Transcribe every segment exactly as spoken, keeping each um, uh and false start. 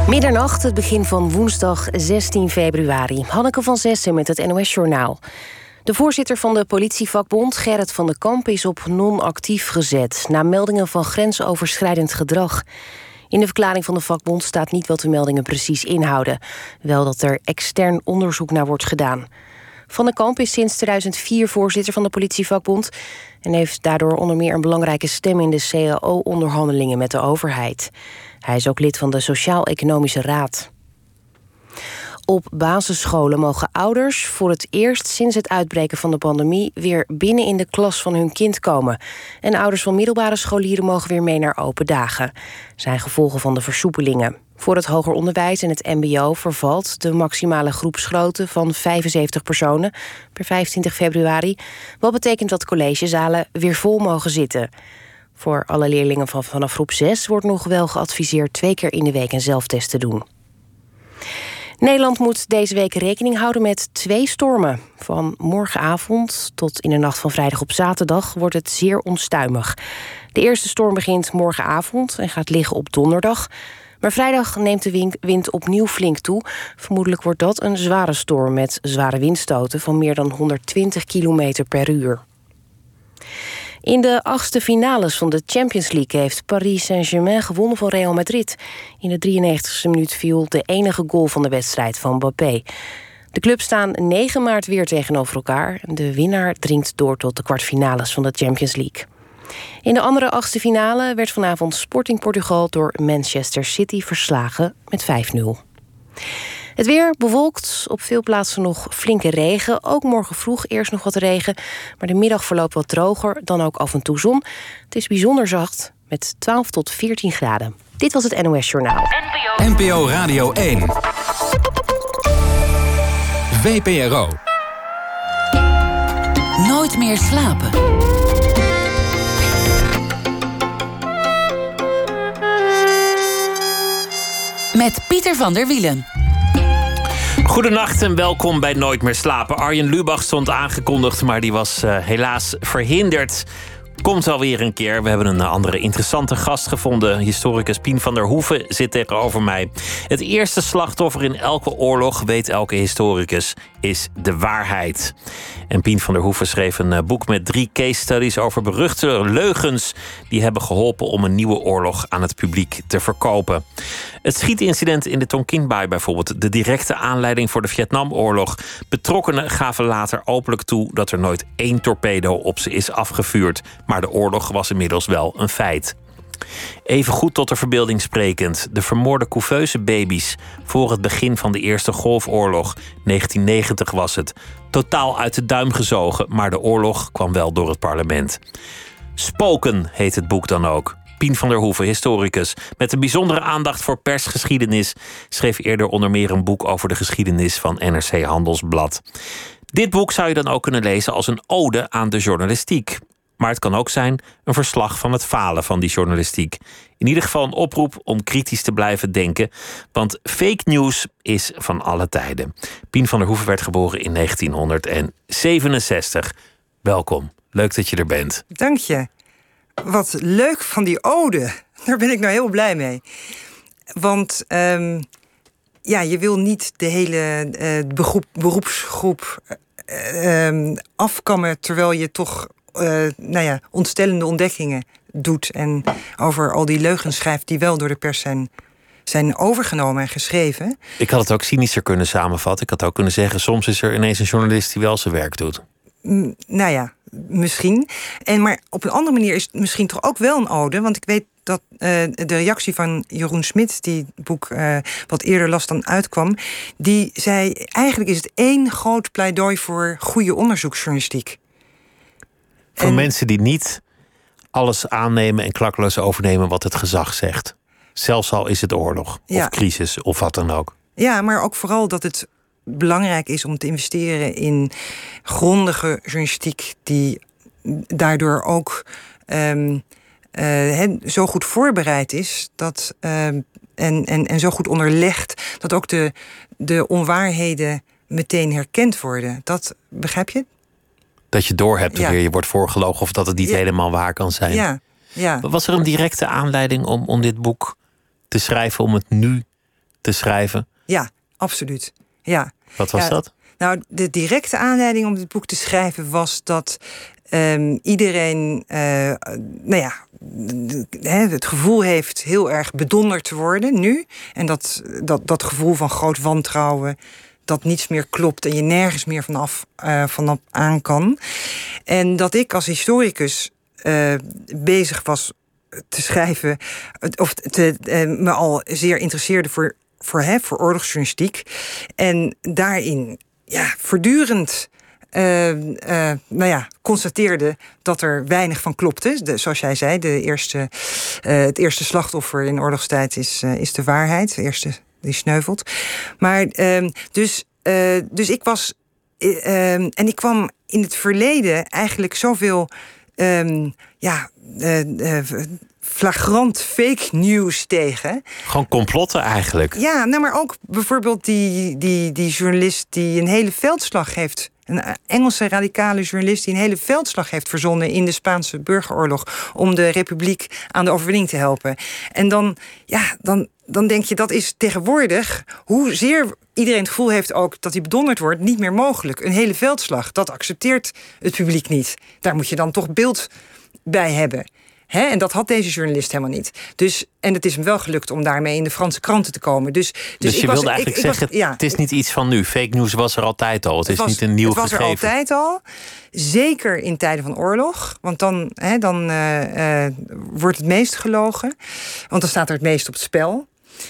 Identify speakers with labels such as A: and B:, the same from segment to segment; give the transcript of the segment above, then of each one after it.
A: Middernacht, het begin van woensdag zestien februari. Hanneke van Zessen met het N O S-journaal. De voorzitter van de politievakbond, Gerrit van den Kamp, is op non-actief gezet na meldingen van grensoverschrijdend gedrag. In de verklaring van de vakbond staat niet wat de meldingen precies inhouden. Wel dat er extern onderzoek naar wordt gedaan. Van den Kamp is sinds tweeduizend vier voorzitter van de politievakbond en heeft daardoor onder meer een belangrijke stem in de C A O-onderhandelingen met de overheid. Hij is ook lid van de Sociaal-Economische Raad. Op basisscholen mogen ouders voor het eerst sinds het uitbreken van de pandemie weer binnen in de klas van hun kind komen. En ouders van middelbare scholieren mogen weer mee naar open dagen. Zijn gevolgen van de versoepelingen. Voor het hoger onderwijs en het M B O vervalt de maximale groepsgrootte van vijfenzeventig personen per vijfentwintig februari. Wat betekent dat collegezalen weer vol mogen zitten. Voor alle leerlingen van vanaf groep zes wordt nog wel geadviseerd twee keer in de week een zelftest te doen. Nederland moet deze week rekening houden met twee stormen. Van morgenavond tot in de nacht van vrijdag op zaterdag wordt het zeer onstuimig. De eerste storm begint morgenavond en gaat liggen op donderdag. Maar vrijdag neemt de wind opnieuw flink toe. Vermoedelijk wordt dat een zware storm met zware windstoten van meer dan honderdtwintig kilometer per uur. In de achtste finales van de Champions League heeft Paris Saint-Germain gewonnen van Real Madrid. In de drieënnegentigste minuut viel de enige goal van de wedstrijd van Mbappé. De clubs staan negen maart weer tegenover elkaar. De winnaar dringt door tot de kwartfinales van de Champions League. In de andere achtste finale werd vanavond Sporting Portugal door Manchester City verslagen met vijf nul. Het weer bewolkt, op veel plaatsen nog flinke regen. Ook morgen vroeg eerst nog wat regen, maar de middag verloopt wat droger, dan ook af en toe zon. Het is bijzonder zacht, met twaalf tot veertien graden. Dit was het N O S-journaal.
B: N P O Radio één. V P R O.
C: Nooit meer slapen. Met Pieter van der Wielen.
D: Goedenacht en welkom bij Nooit meer slapen. Arjen Lubach stond aangekondigd, maar die was uh, helaas verhinderd. Komt alweer een keer. We hebben een andere interessante gast gevonden. Historicus Pien van der Hoeven zit tegenover mij. Het eerste slachtoffer in elke oorlog, weet elke historicus, is de waarheid. En Pien van der Hoeven schreef een boek met drie case studies over beruchte leugens die hebben geholpen om een nieuwe oorlog aan het publiek te verkopen. Het schietincident in de Tonkinbaai bijvoorbeeld, de directe aanleiding voor de Vietnamoorlog. Betrokkenen gaven later openlijk toe dat er nooit één torpedo op ze is afgevuurd. Maar de oorlog was inmiddels wel een feit. Even goed tot de verbeelding sprekend. De vermoorde couveuse baby's voor het begin van de Eerste Golfoorlog. negentien negentig was het. Totaal uit de duim gezogen, maar de oorlog kwam wel door het parlement. Spoken heet het boek dan ook. Pien van der Hoeven, historicus, met een bijzondere aandacht voor persgeschiedenis, schreef eerder onder meer een boek over de geschiedenis van N R C Handelsblad. Dit boek zou je dan ook kunnen lezen als een ode aan de journalistiek. Maar het kan ook zijn een verslag van het falen van die journalistiek. In ieder geval een oproep om kritisch te blijven denken. Want fake news is van alle tijden. Pien van der Hoeven werd geboren in negentienhonderdzevenenzestig. Welkom, leuk dat je er bent.
E: Dank je. Wat leuk van die ode. Daar ben ik nou heel blij mee. Want um, ja, je wil niet de hele uh, beroep, beroepsgroep uh, um, afkammen, terwijl je toch uh, nou ja, ontstellende ontdekkingen doet en over al die leugens schrijft die wel door de pers zijn, zijn overgenomen en geschreven.
D: Ik had het ook cynischer kunnen samenvatten. Ik had ook kunnen zeggen, soms is er ineens een journalist die wel zijn werk doet.
E: Mm, nou ja, misschien. En maar op een andere manier is het misschien toch ook wel een ode. Want ik weet dat uh, de reactie van Jeroen Smit, die het boek uh, wat eerder las dan uitkwam, die zei, eigenlijk is het één groot pleidooi voor goede onderzoeksjournalistiek.
D: Voor
E: en,
D: mensen die niet alles aannemen en klakkeloos overnemen wat het gezag zegt. Zelfs al is het oorlog
E: ja.
D: of crisis of wat dan ook.
E: Ja, maar ook vooral dat het belangrijk is om te investeren in grondige journalistiek die daardoor ook um, uh, he, zo goed voorbereid is dat, uh, en, en, en zo goed onderlegd dat ook de, de onwaarheden meteen herkend worden. Dat begrijp je?
D: Dat je doorhebt
E: ja.
D: wanneer je wordt voorgelogen of dat het niet
E: ja.
D: helemaal waar kan zijn.
E: Ja. Ja.
D: Was er een directe aanleiding om, om dit boek te schrijven, om het nu te schrijven?
E: Ja, absoluut. Ja.
D: Wat was
E: ja,
D: dat?
E: Nou, de directe aanleiding om dit boek te schrijven was dat um, iedereen, uh, nou ja, het gevoel heeft heel erg bedonderd te worden nu. En dat, dat, dat gevoel van groot wantrouwen, dat niets meer klopt en je nergens meer vanaf, uh, vanaf aan kan. En dat ik als historicus uh, bezig was te schrijven, of te, uh, me al zeer interesseerde voor, voor, hè, voor oorlogsjournalistiek. En daarin ja, voortdurend uh, uh, nou ja, constateerde dat er weinig van klopte. De, zoals jij zei, de eerste, uh, het eerste slachtoffer in oorlogstijd is, uh, is de waarheid. De eerste die sneuvelt. Maar uh, dus, uh, dus ik was... Uh, en ik kwam in het verleden eigenlijk zoveel Um, ja, uh, uh, flagrant fake news tegen.
D: Gewoon complotten eigenlijk.
E: Ja, nou, maar ook bijvoorbeeld die, die, die journalist die een hele veldslag heeft, een Engelse radicale journalist die een hele veldslag heeft verzonnen in de Spaanse burgeroorlog om de republiek aan de overwinning te helpen. En dan, ja, dan, dan denk je, dat is tegenwoordig, hoezeer iedereen het gevoel heeft ook dat hij bedonderd wordt, niet meer mogelijk. Een hele veldslag, dat accepteert het publiek niet. Daar moet je dan toch beeld bij hebben. Hè? En dat had deze journalist helemaal niet. Dus, en het is hem wel gelukt om daarmee in de Franse kranten te komen. Dus, dus,
D: dus
E: ik
D: je
E: was,
D: wilde eigenlijk
E: ik, ik
D: zeggen,
E: was, ja,
D: het is niet iets van nu. Fake news was er altijd al. Het, het is was, niet een nieuw
E: het was
D: gegeven.
E: Er altijd al. Zeker in tijden van oorlog. Want dan, hè, dan uh, uh, wordt het meest gelogen. Want dan staat er het meest op het spel.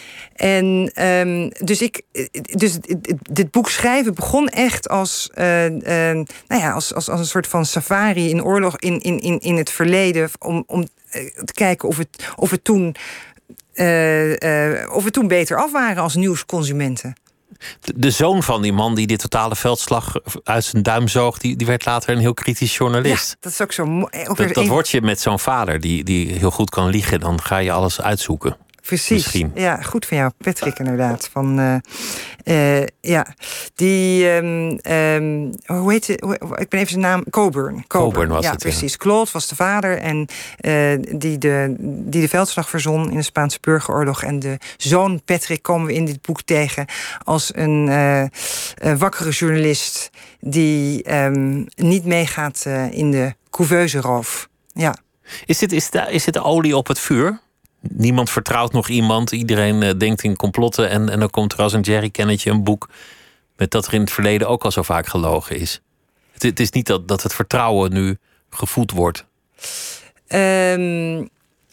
E: En um, dus ik, dus dit boek schrijven begon echt als, uh, uh, nou ja, als, als, als een soort van safari in oorlog in, in, in, in het verleden, om, om te kijken of het, of het toen, uh, uh, of we toen beter af waren als nieuwsconsumenten.
D: De, de zoon van die man die dit totale veldslag uit zijn duim zoog, die, die werd later een heel kritisch journalist.
E: Ja, dat is ook zo mooi.
D: Dat, dat een... word je met zo'n vader die, die heel goed kan liegen. Dan ga je alles uitzoeken.
E: Precies,
D: misschien.
E: Ja, goed van jou, Patrick, inderdaad. Van, uh, uh, ja, die, um, um, hoe heet het? Ik ben even zijn naam, Coburn. Coburn,
D: Coburn was
E: ja,
D: het,
E: precies.
D: Ja.
E: Claude was de vader en uh, die, de, die de veldslag verzon in de Spaanse burgeroorlog. En de zoon Patrick komen we in dit boek tegen als een, uh, een wakkere journalist die um, niet meegaat uh, in de couveuse-roof. Ja.
D: Is dit, is, de, is dit olie op het vuur? Niemand vertrouwt nog iemand. Iedereen uh, denkt in complotten. En, en dan komt er als een jerrycannetje een boek met dat er in het verleden ook al zo vaak gelogen is. Het, het is niet dat, dat het vertrouwen nu gevoed wordt.
E: Um,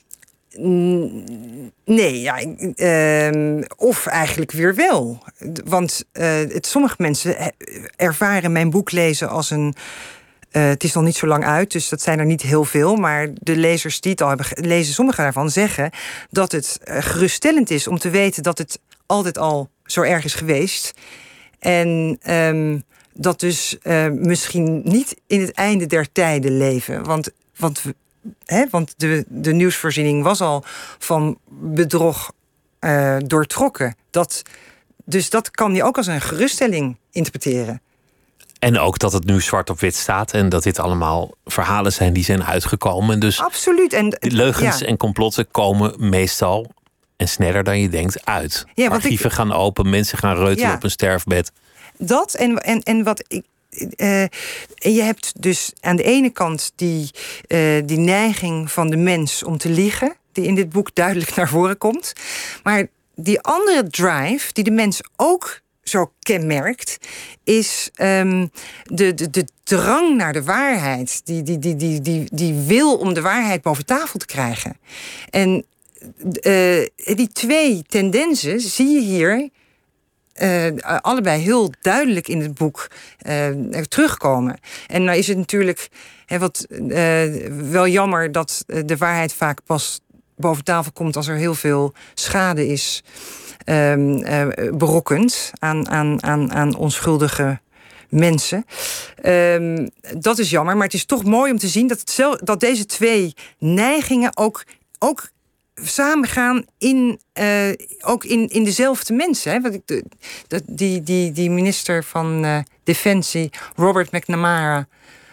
E: nee, ja, um, of eigenlijk weer wel. Want uh, het, sommige mensen ervaren mijn boek lezen als een... Uh, het is nog niet zo lang uit, dus dat zijn er niet heel veel. Maar de lezers die het al hebben gelezen, sommige daarvan zeggen dat het uh, geruststellend is om te weten dat het altijd al zo erg is geweest. En um, dat dus uh, misschien niet in het einde der tijden leven. Want, want, hè, want de, de nieuwsvoorziening was al van bedrog uh, doortrokken. Dat, dus dat kan je ook als een geruststelling interpreteren.
D: En ook dat het nu zwart op wit staat en dat dit allemaal verhalen zijn die zijn uitgekomen. En dus
E: absoluut. En
D: leugens
E: ja.
D: en complotten komen meestal en sneller dan je denkt uit. Ja, Archieven ik, gaan open, mensen gaan reutelen ja. op een sterfbed.
E: Dat en, en, en wat ik. Uh, en je hebt dus aan de ene kant die, uh, die neiging van de mens om te liegen, die in dit boek duidelijk naar voren komt. Maar die andere drive die de mens ook zo kenmerkt, is um, de, de, de drang naar de waarheid. Die, die, die, die, die, die wil om de waarheid boven tafel te krijgen. En uh, die twee tendensen zie je hier uh, allebei heel duidelijk in het boek uh, terugkomen. En nou is het natuurlijk hè, wat, uh, wel jammer dat de waarheid vaak pas boven tafel komt als er heel veel schade is Um, uh, berokkend aan, aan, aan, aan onschuldige mensen. Um, dat is jammer, maar het is toch mooi om te zien dat, het zelf, dat deze twee neigingen ook, ook samengaan in, uh, ook in, in dezelfde mensen. Hè? Want ik, de, de, die, die, die minister van uh, Defensie, Robert McNamara,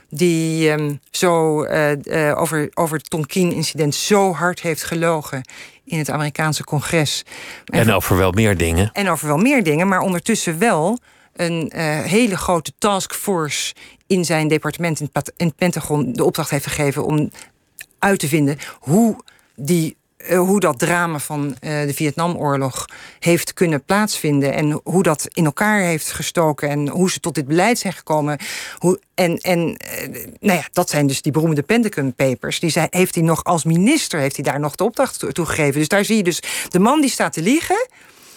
E: die um, zo uh, uh, over, over het Tonkin-incident zo hard heeft gelogen in het Amerikaanse congres.
D: En, en over wel meer dingen.
E: En over wel meer dingen, maar ondertussen wel een uh, hele grote taskforce in zijn departement in het, in het Pentagon de opdracht heeft gegeven om uit te vinden hoe die Uh, hoe dat drama van uh, de Vietnamoorlog heeft kunnen plaatsvinden en hoe dat in elkaar heeft gestoken en hoe ze tot dit beleid zijn gekomen. Hoe, en en uh, nou ja, dat zijn dus die beroemde Pentagon Papers. Die zei, heeft hij nog als minister heeft hij daar nog de opdracht toe, toe gegeven. Dus daar zie je dus de man die staat te liegen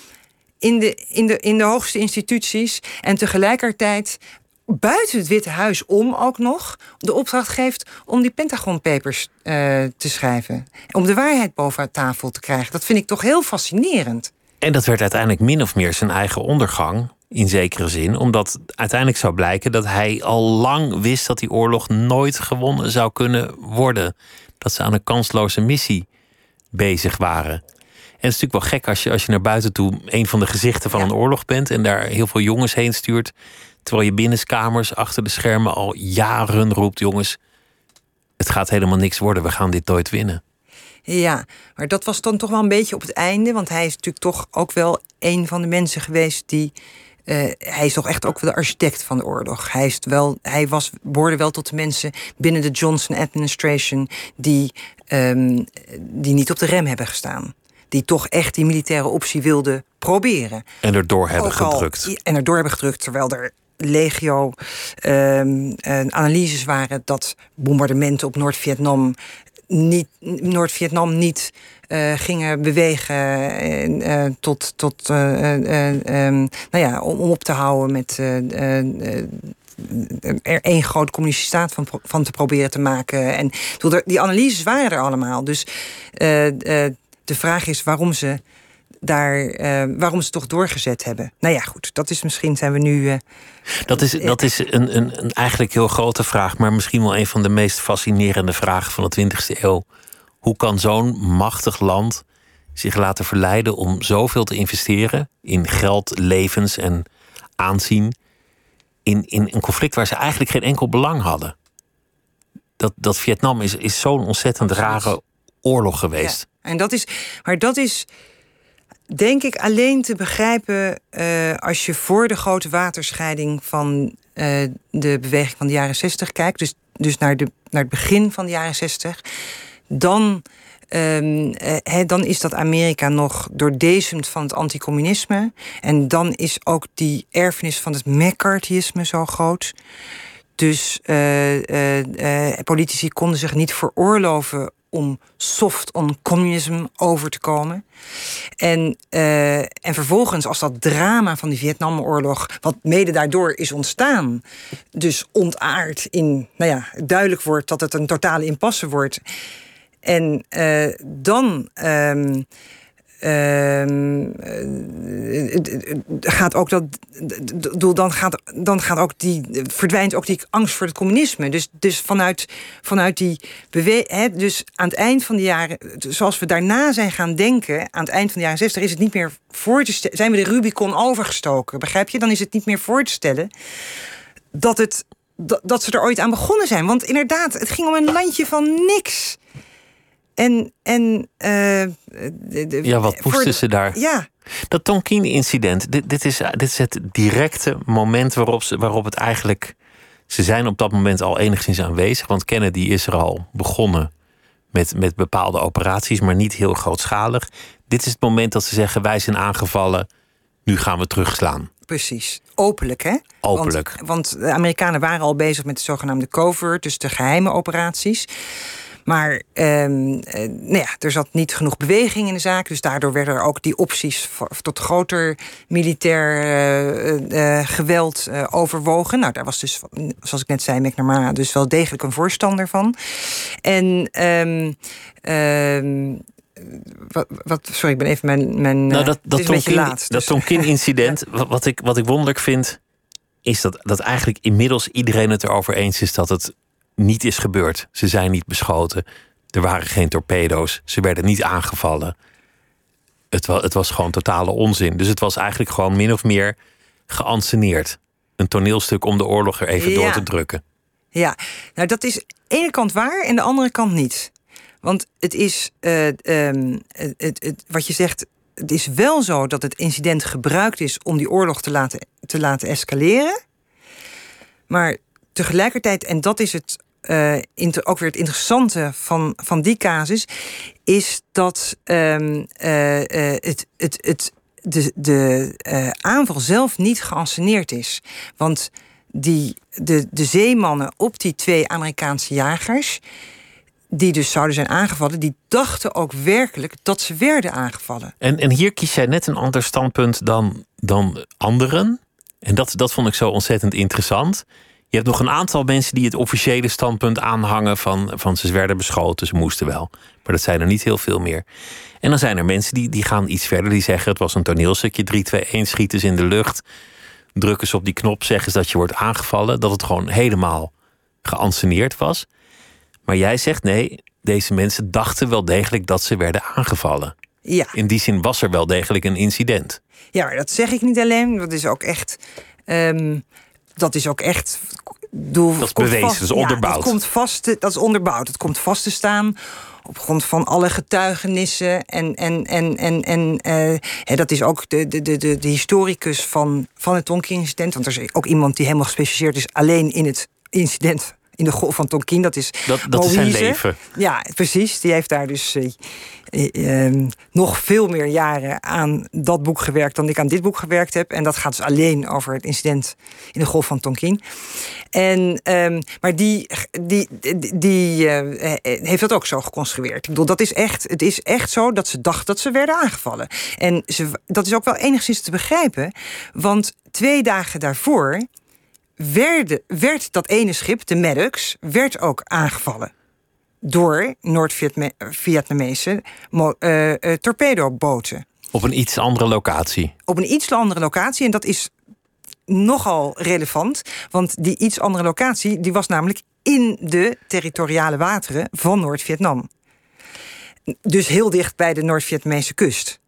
E: in de, in de, in de hoogste instituties en tegelijkertijd buiten het Witte Huis om ook nog de opdracht geeft om die Pentagon Papers uh, te schrijven. Om de waarheid boven tafel te krijgen. Dat vind ik toch heel fascinerend.
D: En dat werd uiteindelijk min of meer zijn eigen ondergang, in zekere zin. Omdat uiteindelijk zou blijken dat hij al lang wist dat die oorlog nooit gewonnen zou kunnen worden. Dat ze aan een kansloze missie bezig waren. En het is natuurlijk wel gek als je, als je naar buiten toe een van de gezichten van ja. een oorlog bent en daar heel veel jongens heen stuurt. Terwijl je binnenskamers achter de schermen al jaren roept, jongens, het gaat helemaal niks worden, we gaan dit nooit winnen.
E: Ja, maar dat was dan toch wel een beetje op het einde, want hij is natuurlijk toch ook wel een van de mensen geweest die Uh, hij is toch echt ook wel de architect van de oorlog. Hij, is wel, hij was, behoorde wel tot de mensen binnen de Johnson administration die, um, die niet op de rem hebben gestaan. Die toch echt die militaire optie wilden proberen.
D: En erdoor hebben
E: al,
D: gedrukt.
E: En erdoor hebben gedrukt, terwijl er legio um, uh, analyses waren dat bombardementen op Noord-Vietnam niet, Noord-Vietnam niet uh, gingen bewegen uh, tot, tot uh, uh, um, nou ja, om, om op te houden met uh, uh, er één grote communistische staat van, van te proberen te maken. En die analyses waren er allemaal. Dus uh, uh, de vraag is waarom ze daar, uh, waarom ze toch doorgezet hebben. Nou ja, goed, dat is misschien zijn we nu. Uh,
D: dat is, dat is een, een, een eigenlijk heel grote vraag, maar misschien wel een van de meest fascinerende vragen van de twintigste eeuw. Hoe kan zo'n machtig land zich laten verleiden om zoveel te investeren in geld, levens en aanzien in, in een conflict waar ze eigenlijk geen enkel belang hadden? Dat, dat Vietnam is, is zo'n ontzettend rare oorlog geweest.
E: Ja, en dat is, maar dat is denk ik alleen te begrijpen uh, als je voor de grote waterscheiding van uh, de beweging van de jaren zestig kijkt. Dus, dus naar, de, naar het begin van de jaren zestig. Dan, um, uh, he, dan is dat Amerika nog doordezemd van het anticommunisme. En dan is ook die erfenis van het McCarthyisme zo groot. Dus uh, uh, uh, politici konden zich niet veroorloven om soft on communism over te komen. En, uh, en vervolgens, als dat drama van die Vietnamoorlog, wat mede daardoor is ontstaan, dus ontaard in, nou ja, duidelijk wordt dat het een totale impasse wordt. En uh, dan Um, Um, gaat ook dat, dan gaat, dan gaat ook die, verdwijnt ook die angst voor het communisme. Dus, dus vanuit, vanuit die beweging, dus aan het eind van de jaren, zoals we daarna zijn gaan denken, aan het eind van de jaren zestig, is het niet meer voor te stellen, zijn we de Rubicon overgestoken, begrijp je? Dan is het niet meer voor te stellen dat, het, dat, dat ze er ooit aan begonnen zijn. Want inderdaad, het ging om een landje van niks. En, en uh, de, de,
D: ja, wat moesten de, ze daar?
E: Ja.
D: Dat Tonkin-incident, dit, dit, is, dit is het directe moment waarop, ze, waarop het eigenlijk... Ze zijn op dat moment al enigszins aanwezig, want Kennedy is er al begonnen met, met bepaalde operaties, maar niet heel grootschalig. Dit is het moment dat ze zeggen, wij zijn aangevallen, nu gaan we terugslaan. Precies.
E: Openlijk, hè?
D: Openlijk.
E: Want, want de Amerikanen waren al bezig met de zogenaamde covert, dus de geheime operaties. Maar um, uh, nou ja, er zat niet genoeg beweging in de zaak. Dus daardoor werden er ook die opties voor, tot groter militair uh, uh, geweld uh, overwogen. Nou, daar was dus, zoals ik net zei, McNamara dus wel degelijk een voorstander van. En Um, um, Wat, wat, sorry, ik ben even mijn... mijn
D: nou, dat, dat
E: het is een beetje laat. Dus.
D: Dat Tonkin-incident, wat, ik, wat ik wonderlijk vind, is dat, dat eigenlijk inmiddels iedereen het erover eens is dat het niet is gebeurd. Ze zijn niet beschoten. Er waren geen torpedo's. Ze werden niet aangevallen. Het was, het was gewoon totale onzin. Dus het was eigenlijk gewoon min of meer geanceneerd. Een toneelstuk om de oorlog er even ja. door te drukken.
E: Ja, nou dat is aan de ene kant waar en de andere kant niet. Want het is, uh, um, het, het, het, wat je zegt, het is wel zo dat het incident gebruikt is om die oorlog te laten, te laten escaleren. Maar tegelijkertijd, en dat is het uh, inter, ook weer het interessante van, van die casus, is dat um, uh, uh, het, het, het, de, de uh, aanval zelf niet geanceneerd is. Want die, de, de zeemannen op die twee Amerikaanse jagers, die dus zouden zijn aangevallen, die dachten ook werkelijk dat ze werden aangevallen.
D: En, en hier kies jij net een ander standpunt dan, dan anderen. En dat, dat vond ik zo ontzettend interessant. Je hebt nog een aantal mensen die het officiële standpunt aanhangen van, van ze werden beschoten, ze moesten wel. Maar dat zijn er niet heel veel meer. En dan zijn er mensen die, die gaan iets verder. Die zeggen het was een toneelstukje, drie, twee, één, schieten ze in de lucht. Drukken ze op die knop, zeggen ze dat je wordt aangevallen. Dat het gewoon helemaal geanceneerd was. Maar jij zegt nee, deze mensen dachten wel degelijk dat ze werden aangevallen.
E: Ja.
D: In die zin was er wel degelijk een incident.
E: Ja, maar dat zeg ik niet alleen. Dat is ook echt... Um, dat is ook echt... Doel,
D: dat is bewezen, vast, dat is onderbouwd.
E: Ja, dat, komt vast te, dat is onderbouwd. Het komt vast te staan op grond van alle getuigenissen. En, en, en, en, en uh, hè, dat is ook de, de, de, de historicus van, van het Tonkin-incident. Want er is ook iemand die helemaal gespecialiseerd is alleen in het incident in de golf van Tonkin. Dat is
D: dat, dat is zijn leven.
E: Ja, precies. Die heeft daar dus uh, uh, uh, nog veel meer jaren aan dat boek gewerkt dan ik aan dit boek gewerkt heb. En dat gaat dus alleen over het incident in de golf van Tonkin. En, um, maar die, die, die, die uh, heeft dat ook zo geconstrueerd. Ik bedoel, dat is echt, het is echt zo dat ze dacht dat ze werden aangevallen. En ze, dat is ook wel enigszins te begrijpen. Want twee dagen daarvoor werd, werd dat ene schip, de Maddox, werd ook aangevallen door Noord-Vietnamese uh, uh, torpedoboten.
D: Op een iets andere locatie.
E: Op een iets andere locatie. En dat is nogal relevant. Want die iets andere locatie, die was namelijk in de territoriale wateren van Noord-Vietnam. Dus heel dicht bij de Noord-Vietnamese kust.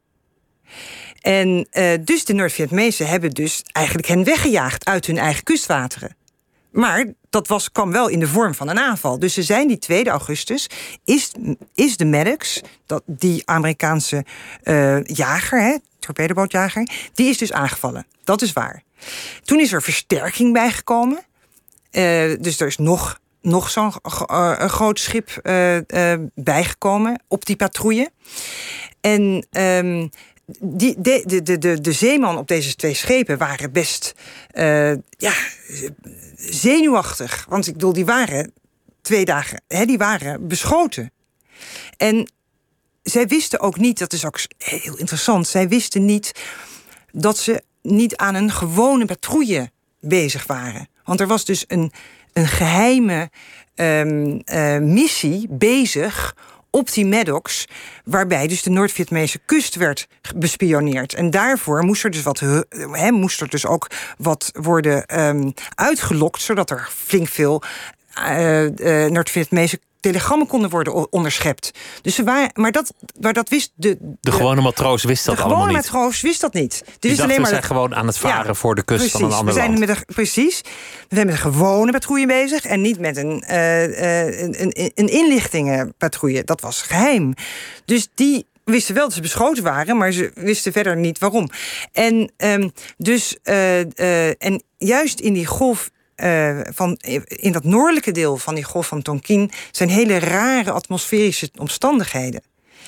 E: En uh, dus de Noord-Vietnamezen hebben dus eigenlijk hen weggejaagd uit hun eigen kustwateren. Maar dat was, kwam wel in de vorm van een aanval. Dus ze zijn die tweede augustus, is, is de Maddox, dat, die Amerikaanse uh, jager, hè, torpedobootjager, die is dus aangevallen. Dat is waar. Toen is er versterking bijgekomen. Uh, dus er is nog, nog zo'n uh, een groot schip uh, uh, bijgekomen op die patrouille. En Um, Die, de, de, de, de, de zeeman op deze twee schepen waren best uh, ja, zenuwachtig. Want ik bedoel, die waren twee dagen, hè, die waren beschoten. En zij wisten ook niet, dat is ook heel interessant, zij wisten niet dat ze niet aan een gewone patrouille bezig waren. Want er was dus een, een geheime um, uh, missie bezig op die Maddox, waarbij dus de Noord-Vietnamese kust werd bespioneerd. En daarvoor moest er dus, wat, he, moest er dus ook wat worden um, uitgelokt, zodat er flink veel uh, uh, Noord-Vietnamese telegrammen konden worden onderschept. Dus ze waren, maar dat, maar dat wist de, de...
D: De gewone matroos wist dat allemaal niet.
E: De gewone matroos wist dat niet. Dus
D: die dacht,
E: alleen maar
D: we zijn gewoon aan het varen ja, voor de kust
E: precies,
D: van een ander
E: we zijn
D: land.
E: Met een, precies. We zijn met een gewone patrouille bezig en niet met een, uh, uh, een, een, een inlichtingenpatrouille. Dat was geheim. Dus die wisten wel dat ze beschoten waren, maar ze wisten verder niet waarom. En um, dus uh, uh, en juist in die golf Uh, van, in dat noordelijke deel van die golf van Tonkin zijn hele rare atmosferische omstandigheden.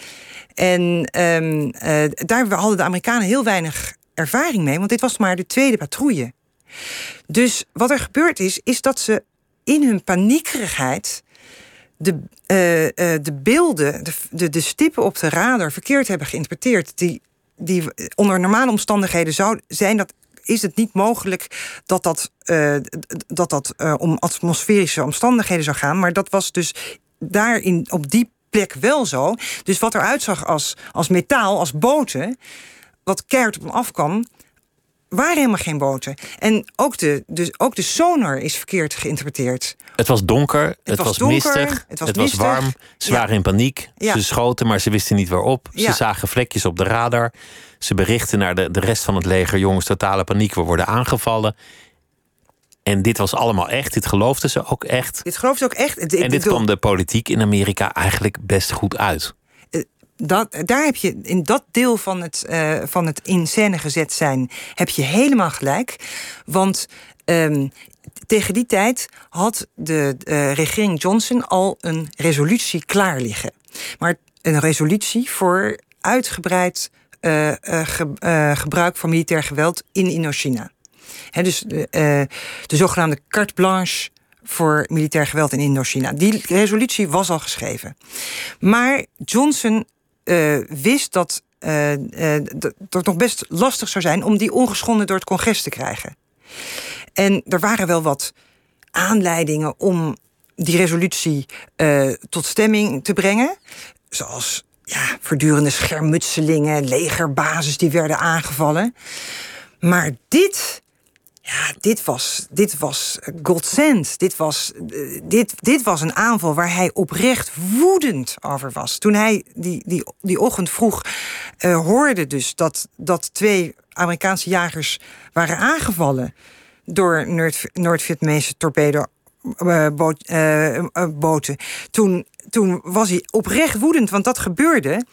E: En um, uh, daar hadden de Amerikanen heel weinig ervaring mee, want dit was maar de tweede patrouille. Dus wat er gebeurd is, is dat ze in hun paniekerigheid de, uh, uh, de beelden, de, de, de stippen op de radar verkeerd hebben geïnterpreteerd. Die, die onder normale omstandigheden zou zijn dat. Is het niet mogelijk dat dat, uh, dat, dat uh, om atmosferische omstandigheden zou gaan. Maar dat was dus daar in, op die plek wel zo. Dus wat eruit zag als, als metaal, als boten, wat keihard op hem afkwam, waren helemaal geen boten. En ook de, dus ook de sonar is verkeerd geïnterpreteerd.
D: Het was donker, het,
E: het was,
D: was
E: donker,
D: mistig,
E: het was,
D: het
E: mistig.
D: was warm. Ze ja. waren in paniek, ja. Ze schoten, maar ze wisten niet waarop. Ze ja. zagen vlekjes op de radar. Ze berichten naar de, de rest van het leger, jongens, totale paniek, we worden aangevallen. En dit was allemaal echt. Dit geloofden ze ook echt.
E: Dit geloofden ze ook echt.
D: En dit kwam de politiek in Amerika eigenlijk best goed uit.
E: Dat, daar heb je in dat deel van het, uh, van het in scène gezet zijn, heb je helemaal gelijk. Want um, tegen die tijd had de uh, regering Johnson al een resolutie klaar liggen. Maar een resolutie voor uitgebreid uh, uh, ge, uh, gebruik van militair geweld in Indochina. He, dus uh, de zogenaamde carte blanche voor militair geweld in Indochina. Die resolutie was al geschreven. Maar Johnson uh, wist dat uh, uh, dat het nog best lastig zou zijn om die ongeschonden door het congres te krijgen. En er waren wel wat aanleidingen om die resolutie uh, tot stemming te brengen. Zoals ja, voortdurende schermutselingen, legerbases die werden aangevallen. Maar dit, ja, dit was, dit was godsend. Dit was, dit, dit was een aanval waar hij oprecht woedend over was. Toen hij die, die, die ochtend vroeg uh, hoorde dus dat, dat twee Amerikaanse jagers waren aangevallen door Noord-Vietnamese torpedo Uh, boot, uh, uh, boten. Toen, toen was hij oprecht woedend, want dat gebeurde. Uh,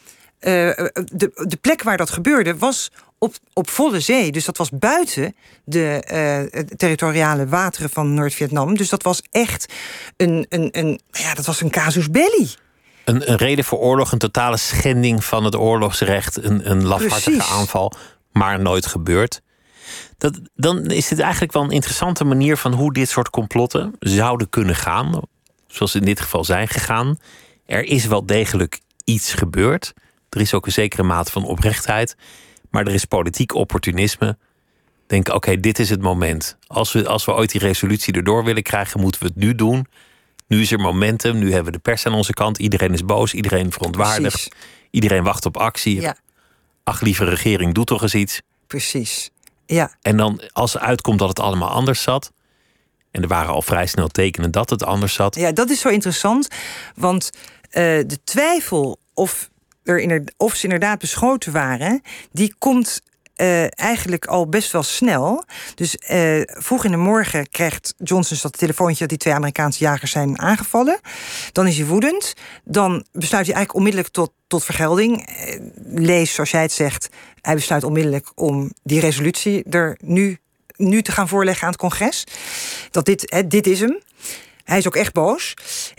E: de, de plek waar dat gebeurde was op, op volle zee. Dus dat was buiten de uh, territoriale wateren van Noord-Vietnam. Dus dat was echt een, een, een, ja, dat was een casus belli.
D: Een, een reden voor oorlog, een totale schending van het oorlogsrecht. Een, een lafhartige
E: Precies.
D: aanval, maar nooit gebeurd. Dat, dan is dit eigenlijk wel een interessante manier van hoe dit soort complotten zouden kunnen gaan. Zoals ze in dit geval zijn gegaan. Er is wel degelijk iets gebeurd. Er is ook een zekere mate van oprechtheid. Maar er is politiek opportunisme. Denk, oké, okay, dit is het moment. Als we, als we ooit die resolutie erdoor willen krijgen, moeten we het nu doen. Nu is er momentum, nu hebben we de pers aan onze kant. Iedereen is boos, iedereen verontwaardigt. Precies. Iedereen wacht op actie.
E: Ja.
D: Ach, lieve regering, doe toch eens iets.
E: Precies. Ja.
D: En dan als uitkomt dat het allemaal anders zat. En er waren al vrij snel tekenen dat het anders zat.
E: Ja, dat is zo interessant. Want uh, de twijfel of, er inderdaad, of ze inderdaad beschoten waren, die komt uh, eigenlijk al best wel snel. Dus uh, vroeg in de morgen krijgt Johnson dat telefoontje dat die twee Amerikaanse jagers zijn aangevallen. Dan is hij woedend. Dan besluit hij eigenlijk onmiddellijk tot, tot vergelding. Uh, lees, zoals jij het zegt, hij besluit onmiddellijk om die resolutie er nu, nu te gaan voorleggen aan het congres. Dat dit, hè, dit is hem. Hij is ook echt boos.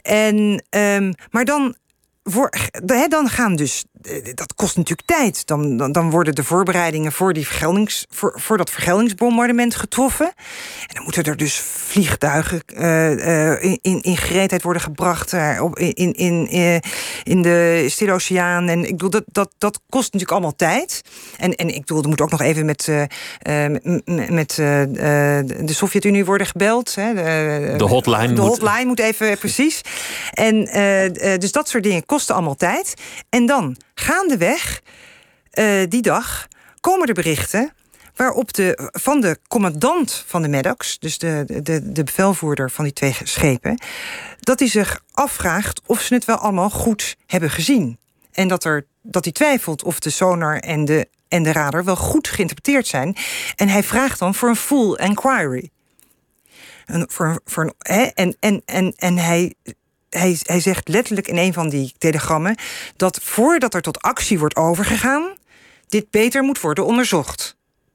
E: En, um, maar dan, voor, hè, dan gaan dus, dat kost natuurlijk tijd. Dan, dan, dan worden de voorbereidingen voor, die vergeldings, voor, voor dat vergeldingsbombardement getroffen. En dan moeten er dus vliegtuigen uh, uh, in, in gereedheid worden gebracht uh, op, in, in, in, uh, in de Stille Oceaan. En ik bedoel, dat, dat, dat kost natuurlijk allemaal tijd. En, en ik bedoel, er moet ook nog even met, uh, uh, met uh, de Sovjet-Unie worden gebeld. Hè. De,
D: de hotline.
E: De hotline
D: moet,
E: moet even, precies. En uh, uh, dus dat soort dingen kosten allemaal tijd. En dan gaandeweg uh, die dag komen er berichten waarop de, van de commandant van de Maddox, dus de, de, de bevelvoerder van die twee schepen, dat hij zich afvraagt of ze het wel allemaal goed hebben gezien. En dat, er, dat hij twijfelt of de sonar en de, en de radar wel goed geïnterpreteerd zijn. En hij vraagt dan voor een full inquiry. En, voor, voor een, hè, en, en, en, en hij... Hij, hij zegt letterlijk in een van die telegrammen dat voordat er tot actie wordt overgegaan, dit beter moet worden onderzocht.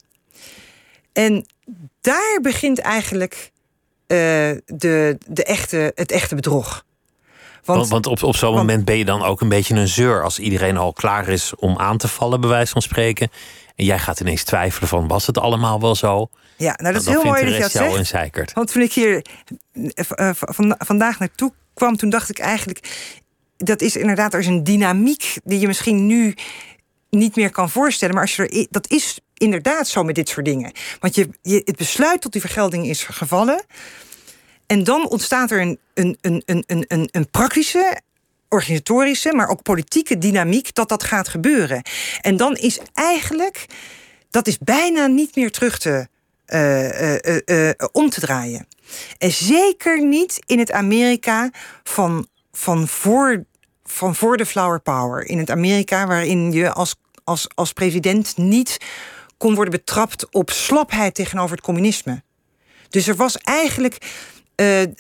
E: En daar begint eigenlijk uh, de, de echte, het echte bedrog. Want,
D: want, want op, op zo'n moment ben je dan ook een beetje een zeur als iedereen al klaar is om aan te vallen, bij wijze van spreken. En jij gaat ineens twijfelen van, was het allemaal wel zo?
E: Ja, nou dat is
D: dan
E: heel mooi
D: dat
E: je dat
D: jou
E: zegt. Want toen ik hier uh, van, vandaag naartoe kwam, toen dacht ik eigenlijk, dat is inderdaad, er is een dynamiek die je misschien nu niet meer kan voorstellen. Maar als je er, dat is inderdaad zo met dit soort dingen. Want je, je, het besluit tot die vergelding is gevallen. En dan ontstaat er een, een, een, een, een, een praktische, organisatorische, maar ook politieke dynamiek dat dat gaat gebeuren. En dan is eigenlijk, dat is bijna niet meer terug te uh, uh, uh, uh, om te draaien. En zeker niet in het Amerika van, van, voor, van voor de Flower Power. In het Amerika waarin je als, als, als president niet kon worden betrapt op slapheid tegenover het communisme. Dus er was eigenlijk... Uh, uh,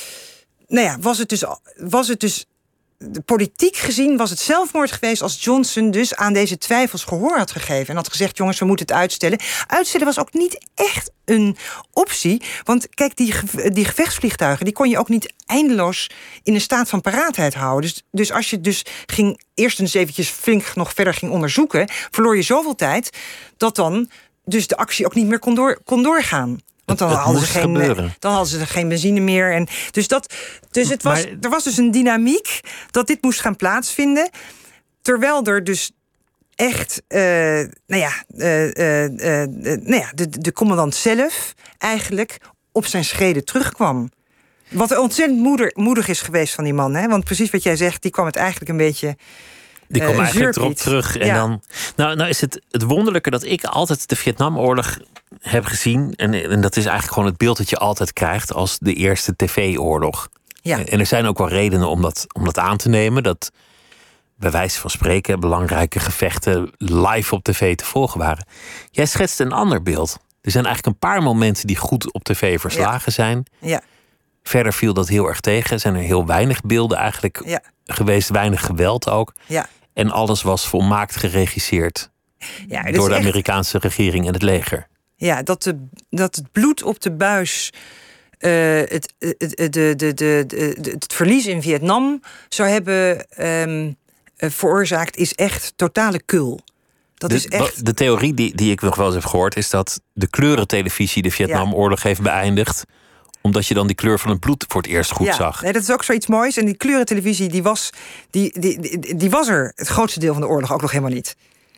E: nou ja, was het dus... Was het dus de politiek gezien was het zelfmoord geweest als Johnson dus aan deze twijfels gehoor had gegeven. En had gezegd, jongens, we moeten het uitstellen. Uitstellen was ook niet echt een optie. Want kijk, die, die gevechtsvliegtuigen, die kon je ook niet eindeloos in een staat van paraatheid houden. Dus, dus als je dus ging, eerst eens eventjes flink nog verder ging onderzoeken, verloor je zoveel tijd dat dan dus de actie ook niet meer kon, door, kon doorgaan. Want dan hadden, ze geen, dan hadden ze geen benzine meer. En dus dat, dus het was, maar er was dus een dynamiek dat dit moest gaan plaatsvinden. Terwijl er dus echt, uh, nou ja, uh, uh, uh, nou ja de, de commandant zelf eigenlijk op zijn schreden terugkwam. Wat ontzettend moeder, moedig is geweest van die man. Hè? Want precies wat jij zegt, die kwam het eigenlijk een beetje...
D: Die kwam uh, eigenlijk erop terug. En ja. dan, nou, nou is het het wonderlijke dat ik altijd de Vietnamoorlog heb gezien. En, en dat is eigenlijk gewoon het beeld dat je altijd krijgt als de eerste tv-oorlog. Ja. En er zijn ook wel redenen om dat, om dat aan te nemen. Dat bij wijze van spreken belangrijke gevechten live op tv te volgen waren. Jij schetst een ander beeld. Er zijn eigenlijk een paar momenten die goed op tv verslagen ja. zijn.
E: Ja.
D: Verder viel dat heel erg tegen. Er zijn er heel weinig beelden eigenlijk ja. geweest. Weinig geweld ook.
E: Ja.
D: En alles was volmaakt geregisseerd ja, door de echt... Amerikaanse regering en het leger.
E: Ja, dat, de, dat het bloed op de buis, uh, het, het, de, de, de, de, de, het verlies in Vietnam zou hebben um, uh, veroorzaakt, is echt totale kul. Dat
D: de,
E: is echt...
D: de theorie die, die ik nog wel eens heb gehoord, is dat de kleurentelevisie de Vietnamoorlog ja. heeft beëindigd, omdat je dan die kleur van het bloed voor het eerst goed
E: ja,
D: zag.
E: Nee, dat is ook zoiets moois. En die kleurentelevisie, die was, die, die, die, die was er het grootste deel van de oorlog ook nog helemaal niet.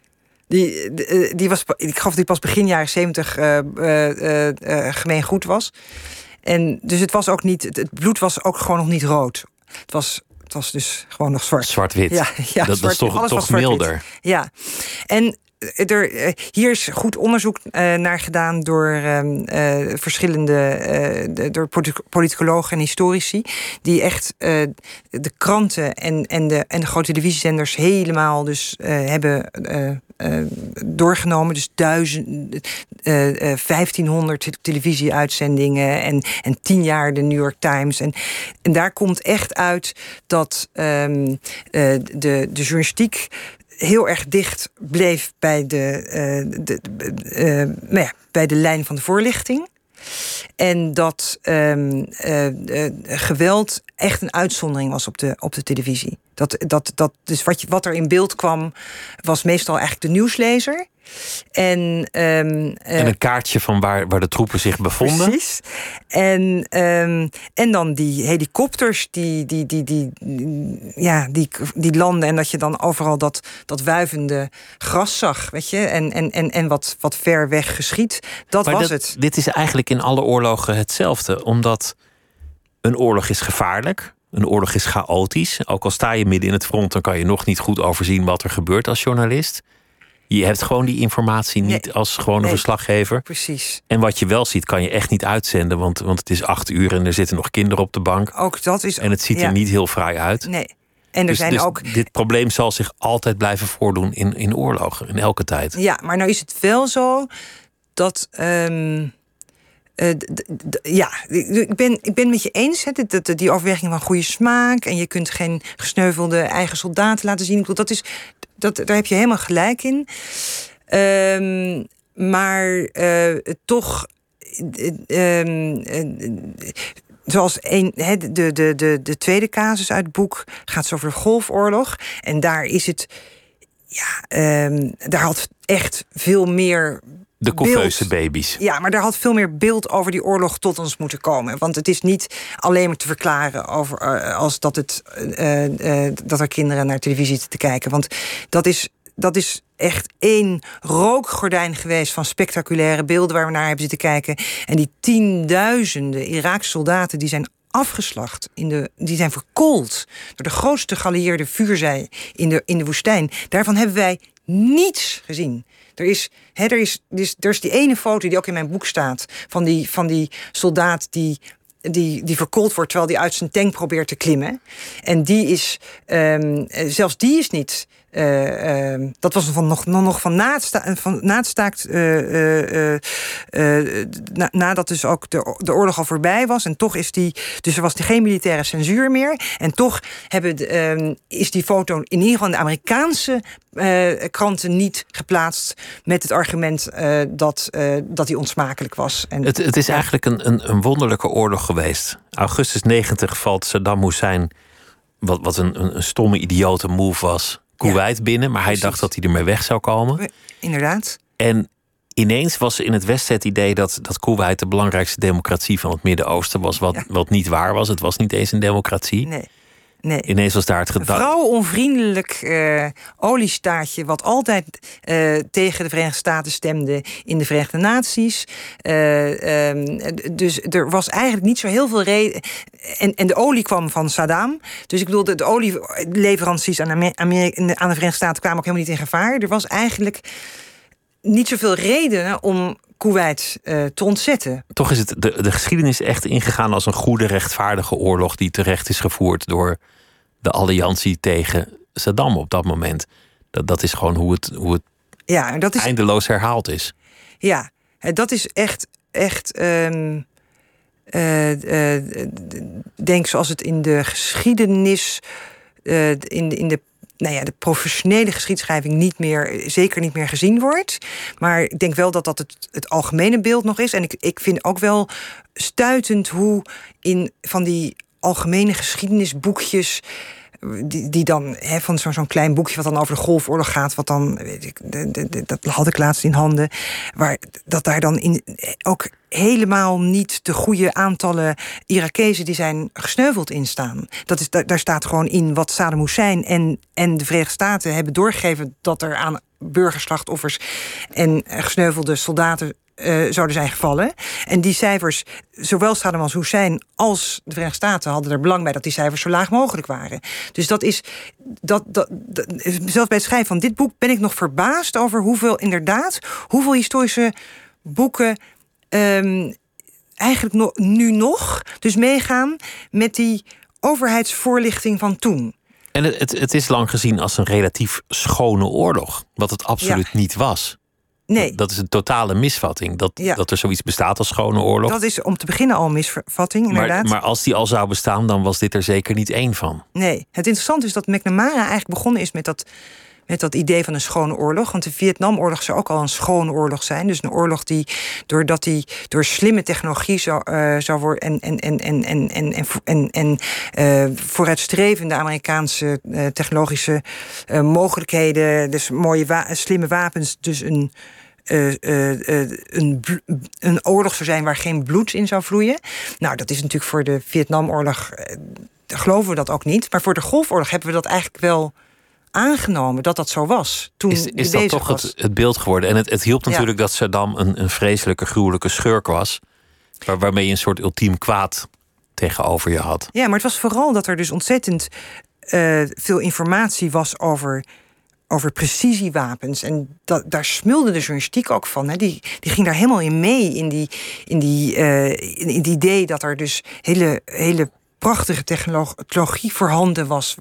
E: Die, die, die was, ik geloof dat die pas begin jaren zeventig uh, uh, uh, gemeen goed was. En dus het was ook niet, het, het bloed was ook gewoon nog niet rood. Het was, het was dus gewoon nog zwart.
D: Zwart-wit.
E: Ja, ja,
D: dat,
E: zwart,
D: dat is toch, toch milder.
E: Ja. En er, hier is goed onderzoek uh, naar gedaan door uh, uh, verschillende uh, de, door politicologen en historici, die echt uh, de kranten en, en, de, en de grote televisiezenders helemaal dus uh, hebben uh, uh, doorgenomen. Dus duizend, uh, uh, vijftienhonderd televisieuitzendingen en, en tien jaar de New York Times. En, en daar komt echt uit dat um, uh, de, de journalistiek heel erg dicht bleef bij de, uh, de, de, uh, nou ja, bij de lijn van de voorlichting. En dat um, uh, uh, geweld echt een uitzondering was op de, op de televisie. Dat, dat, dat, dus wat, je, wat er in beeld kwam, was meestal eigenlijk de nieuwslezer. En, um, uh,
D: en een kaartje van waar, waar de troepen zich bevonden.
E: Precies. En, um, en dan die helikopters die, die, die, die, ja, die, die landen. En dat je dan overal dat, dat wuivende gras zag. Weet je? En, en, en, en wat, wat ver weg geschiet. Dat
D: maar
E: was
D: dat,
E: het.
D: Dit is eigenlijk in alle oorlogen hetzelfde. Omdat een oorlog is gevaarlijk. Een oorlog is chaotisch. Ook al sta je midden in het front, dan kan je nog niet goed overzien wat er gebeurt als journalist. Je hebt gewoon die informatie niet nee, als gewone nee, verslaggever.
E: Precies.
D: En wat je wel ziet, kan je echt niet uitzenden. Want, want het is acht uur en er zitten nog kinderen op de bank.
E: Ook dat is.
D: En het ziet
E: ja.
D: er niet heel fraai uit.
E: Nee. En er
D: dus,
E: zijn
D: dus
E: ook.
D: Dit probleem zal zich altijd blijven voordoen in, in oorlogen, in elke tijd.
E: Ja, maar nou is het wel zo dat. Um, uh, d, d, d, ja, ik ben, ik ben het met je eens. Hè, dat, dat, die overweging van goede smaak. En je kunt geen gesneuvelde eigen soldaten laten zien. Ik bedoel, dat is. Dat, daar heb je helemaal gelijk in. Um, maar uh, toch. Uh, uh, Zoals een, he, de, de, de, de tweede casus uit het boek gaat zo over de Golfoorlog. En daar is het. Ja, um, daar had echt veel meer.
D: De couveuse baby's.
E: Ja, maar daar had veel meer beeld over die oorlog tot ons moeten komen. Want het is niet alleen maar te verklaren over, uh, als dat, het, uh, uh, dat er kinderen naar televisie zitten te kijken. Want dat is, dat is echt één rookgordijn geweest van spectaculaire beelden waar we naar hebben zitten kijken. En die tienduizenden Iraakse soldaten die zijn afgeslacht, in de, die zijn verkoold door de grootste geallieerde vuurzij in de, in de woestijn. Daarvan hebben wij niets gezien. Er is, he, er, is, er, is, er is die ene foto die ook in mijn boek staat van die, van die soldaat die, die, die verkoold wordt terwijl die uit zijn tank probeert te klimmen. En die is, um, zelfs die is niet Uh, uh, dat was van nog, nog van na het, sta, van, na het staakt... Uh, uh, uh, uh, na, nadat dus ook de, de oorlog al voorbij was. En toch is die... Dus er was geen militaire censuur meer. En toch hebben de, uh, is die foto in ieder geval in de Amerikaanse uh, kranten niet geplaatst met het argument uh, dat, uh, dat die onsmakelijk was. En,
D: het, het is ja. eigenlijk een, een, een wonderlijke oorlog geweest. Augustus negentig valt Saddam Hussein, wat, wat een, een stomme, idiote move was, Kuwait ja, binnen. Maar hij precies. dacht dat hij ermee weg zou komen.
E: Inderdaad.
D: En ineens was er in het Westen het idee dat, dat Kuwait de belangrijkste democratie van het Midden-Oosten was. Wat, ja. wat niet waar was. Het was niet eens een democratie.
E: Nee. Nee.
D: Ineens was daar het gedacht.
E: Een vrouwenonvriendelijk uh, oliestaatje, wat altijd uh, tegen de Verenigde Staten stemde in de Verenigde Naties. Uh, um, dus er was eigenlijk niet zo heel veel reden. En, en de olie kwam van Saddam. Dus ik bedoel, de, de olieleveranties aan, Amer- Amerika, aan de Verenigde Staten kwamen ook helemaal niet in gevaar. Er was eigenlijk niet zoveel reden om Kuwait uh, te ontzetten.
D: Toch is het de, de geschiedenis echt ingegaan als een goede, rechtvaardige oorlog die terecht is gevoerd door de alliantie tegen Saddam op dat moment. Dat, dat is gewoon hoe het, hoe het
E: ja, dat is,
D: eindeloos herhaald is.
E: Ja, dat is echt, echt um, uh, uh, denk zoals het in de geschiedenis, uh, in, de, in de Nou ja, de professionele geschiedschrijving niet meer, zeker niet meer gezien wordt. Maar ik denk wel dat dat het, het algemene beeld nog is. En ik, ik vind ook wel stuitend hoe in van die algemene geschiedenisboekjes, die, die dan he, van zo, zo'n klein boekje wat dan over de Golfoorlog gaat, wat dan, weet ik, de, de, de, dat had ik laatst in handen, waar dat daar dan in ook helemaal niet de goede aantallen Irakezen die zijn gesneuveld in staan. Dat is, daar, daar staat gewoon in wat Saddam Hussein en, en de Verenigde Staten hebben doorgegeven dat er aan burgerslachtoffers en gesneuvelde soldaten Uh, zouden zijn gevallen. En die cijfers, zowel Saddam Hussein als de Verenigde Staten hadden er belang bij dat die cijfers zo laag mogelijk waren. Dus dat is, dat, dat, dat, zelfs bij het schrijven van dit boek ben ik nog verbaasd over hoeveel, inderdaad, hoeveel historische boeken um, eigenlijk no, nu nog dus meegaan met die overheidsvoorlichting van toen.
D: En het, het, het is lang gezien als een relatief schone oorlog, wat het absoluut ja. niet was.
E: Nee.
D: Dat is een totale misvatting. Dat, ja. dat er zoiets bestaat als schone oorlog.
E: Dat is om te beginnen al een misvatting, inderdaad.
D: Maar, maar als die al zou bestaan, dan was dit er zeker niet één van.
E: Nee. Het interessante is dat McNamara eigenlijk begonnen is met dat, met dat idee van een schone oorlog. Want de Vietnamoorlog zou ook al een schone oorlog zijn. Dus een oorlog die, doordat die door slimme technologie zou, uh, zou worden en, en, en, en, en, en, en, en uh, vooruitstrevende Amerikaanse uh, technologische uh, mogelijkheden, dus mooie wa- slimme wapens, dus een Uh, uh, uh, een, een oorlog zou zijn waar geen bloed in zou vloeien. Nou, dat is natuurlijk voor de Vietnamoorlog, uh, geloven we dat ook niet. Maar voor de Golfoorlog hebben we dat eigenlijk wel aangenomen dat dat zo was. Toen
D: is is dat toch het, het beeld geworden? En het, het hielp natuurlijk ja. dat Saddam een, een vreselijke, gruwelijke schurk was, waar, waarmee je een soort ultiem kwaad tegenover je had.
E: Ja, maar het was vooral dat er dus ontzettend uh, veel informatie was over over precisiewapens. En dat, daar smulde de journalistiek ook van. Hè. Die, die ging daar helemaal in mee. In die, in die, uh, in, in die idee dat er dus hele, hele prachtige technologie voorhanden was.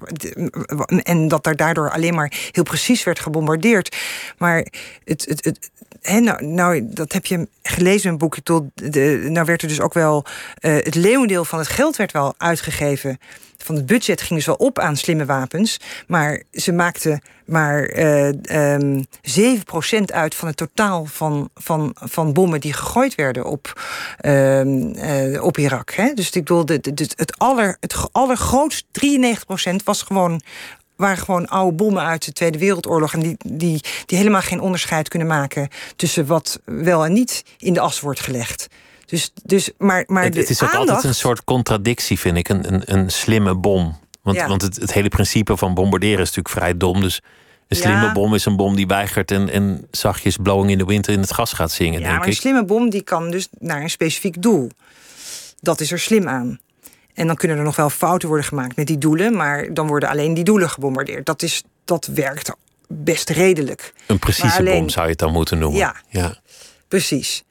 E: En dat er daardoor alleen maar heel precies werd gebombardeerd. Maar het... het, het He, nou, nou, dat heb je gelezen in een boekje. Tot de, nou werd er dus ook wel uh, het leeuwendeel van het geld werd wel uitgegeven. Van het budget ging dus wel op aan slimme wapens. Maar ze maakten maar uh, um, zeven procent uit van het totaal van, van, van bommen die gegooid werden op, uh, uh, op Irak. Hè? Dus ik bedoel, de, de, het, aller, het allergrootste drieënnegentig procent was gewoon. waren gewoon oude bommen uit de Tweede Wereldoorlog. En die, die, die helemaal geen onderscheid kunnen maken tussen wat wel en niet in de as wordt gelegd. Dus, dus, maar, maar
D: het, het is ook
E: aandacht...
D: altijd een soort contradictie, vind ik. Een, een, een slimme bom. Want, ja. want het, het hele principe van bombarderen is natuurlijk vrij dom. Dus een slimme ja. bom is een bom die weigert en, en zachtjes blowing in the wind in het gas gaat zingen,
E: ja,
D: denk
E: maar
D: ik.
E: Een slimme bom die kan dus naar een specifiek doel. Dat is er slim aan. En dan kunnen er nog wel fouten worden gemaakt met die doelen, maar dan worden alleen die doelen gebombardeerd. Dat, is, dat werkt best redelijk.
D: Een precieze alleen, bom zou je het dan moeten noemen.
E: Ja,
D: ja.
E: precies.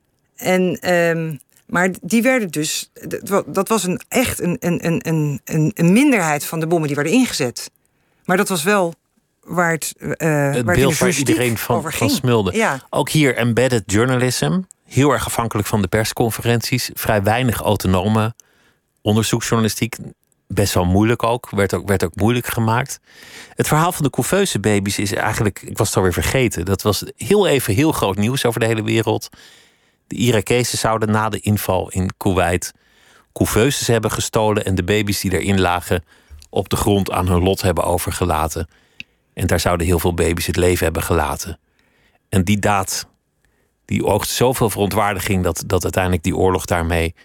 E: En, um, maar die werden dus, dat was een, echt een, een, een, een, een minderheid van de bommen die werden ingezet. Maar dat was wel waar het, uh,
D: het
E: waar
D: beeld waar iedereen van, van smulde.
E: Ja.
D: Ook hier embedded journalism. Heel erg afhankelijk van de persconferenties. Vrij weinig autonome onderzoeksjournalistiek. Best wel moeilijk ook. Werd ook, werd ook moeilijk gemaakt. Het verhaal van de couveuse baby's is eigenlijk... Ik was het alweer vergeten. Dat was heel even heel groot nieuws over de hele wereld. De Irakezen zouden na de inval in Koeweit couveuses hebben gestolen en de baby's die erin lagen op de grond aan hun lot hebben overgelaten. En daar zouden heel veel baby's het leven hebben gelaten. En die daad, die oogste zoveel verontwaardiging dat, dat uiteindelijk die oorlog daarmee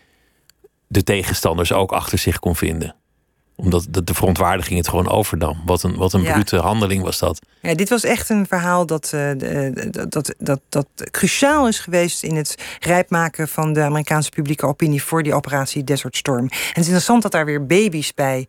D: de tegenstanders ook achter zich kon vinden. Omdat de, de verontwaardiging het gewoon overnam. Wat een, wat een
E: Ja.
D: brute handeling was dat.
E: Ja, dit was echt een verhaal dat, uh, dat, dat, dat, dat cruciaal is geweest in het rijpmaken van de Amerikaanse publieke opinie voor die operatie Desert Storm. En het is interessant dat daar weer baby's bij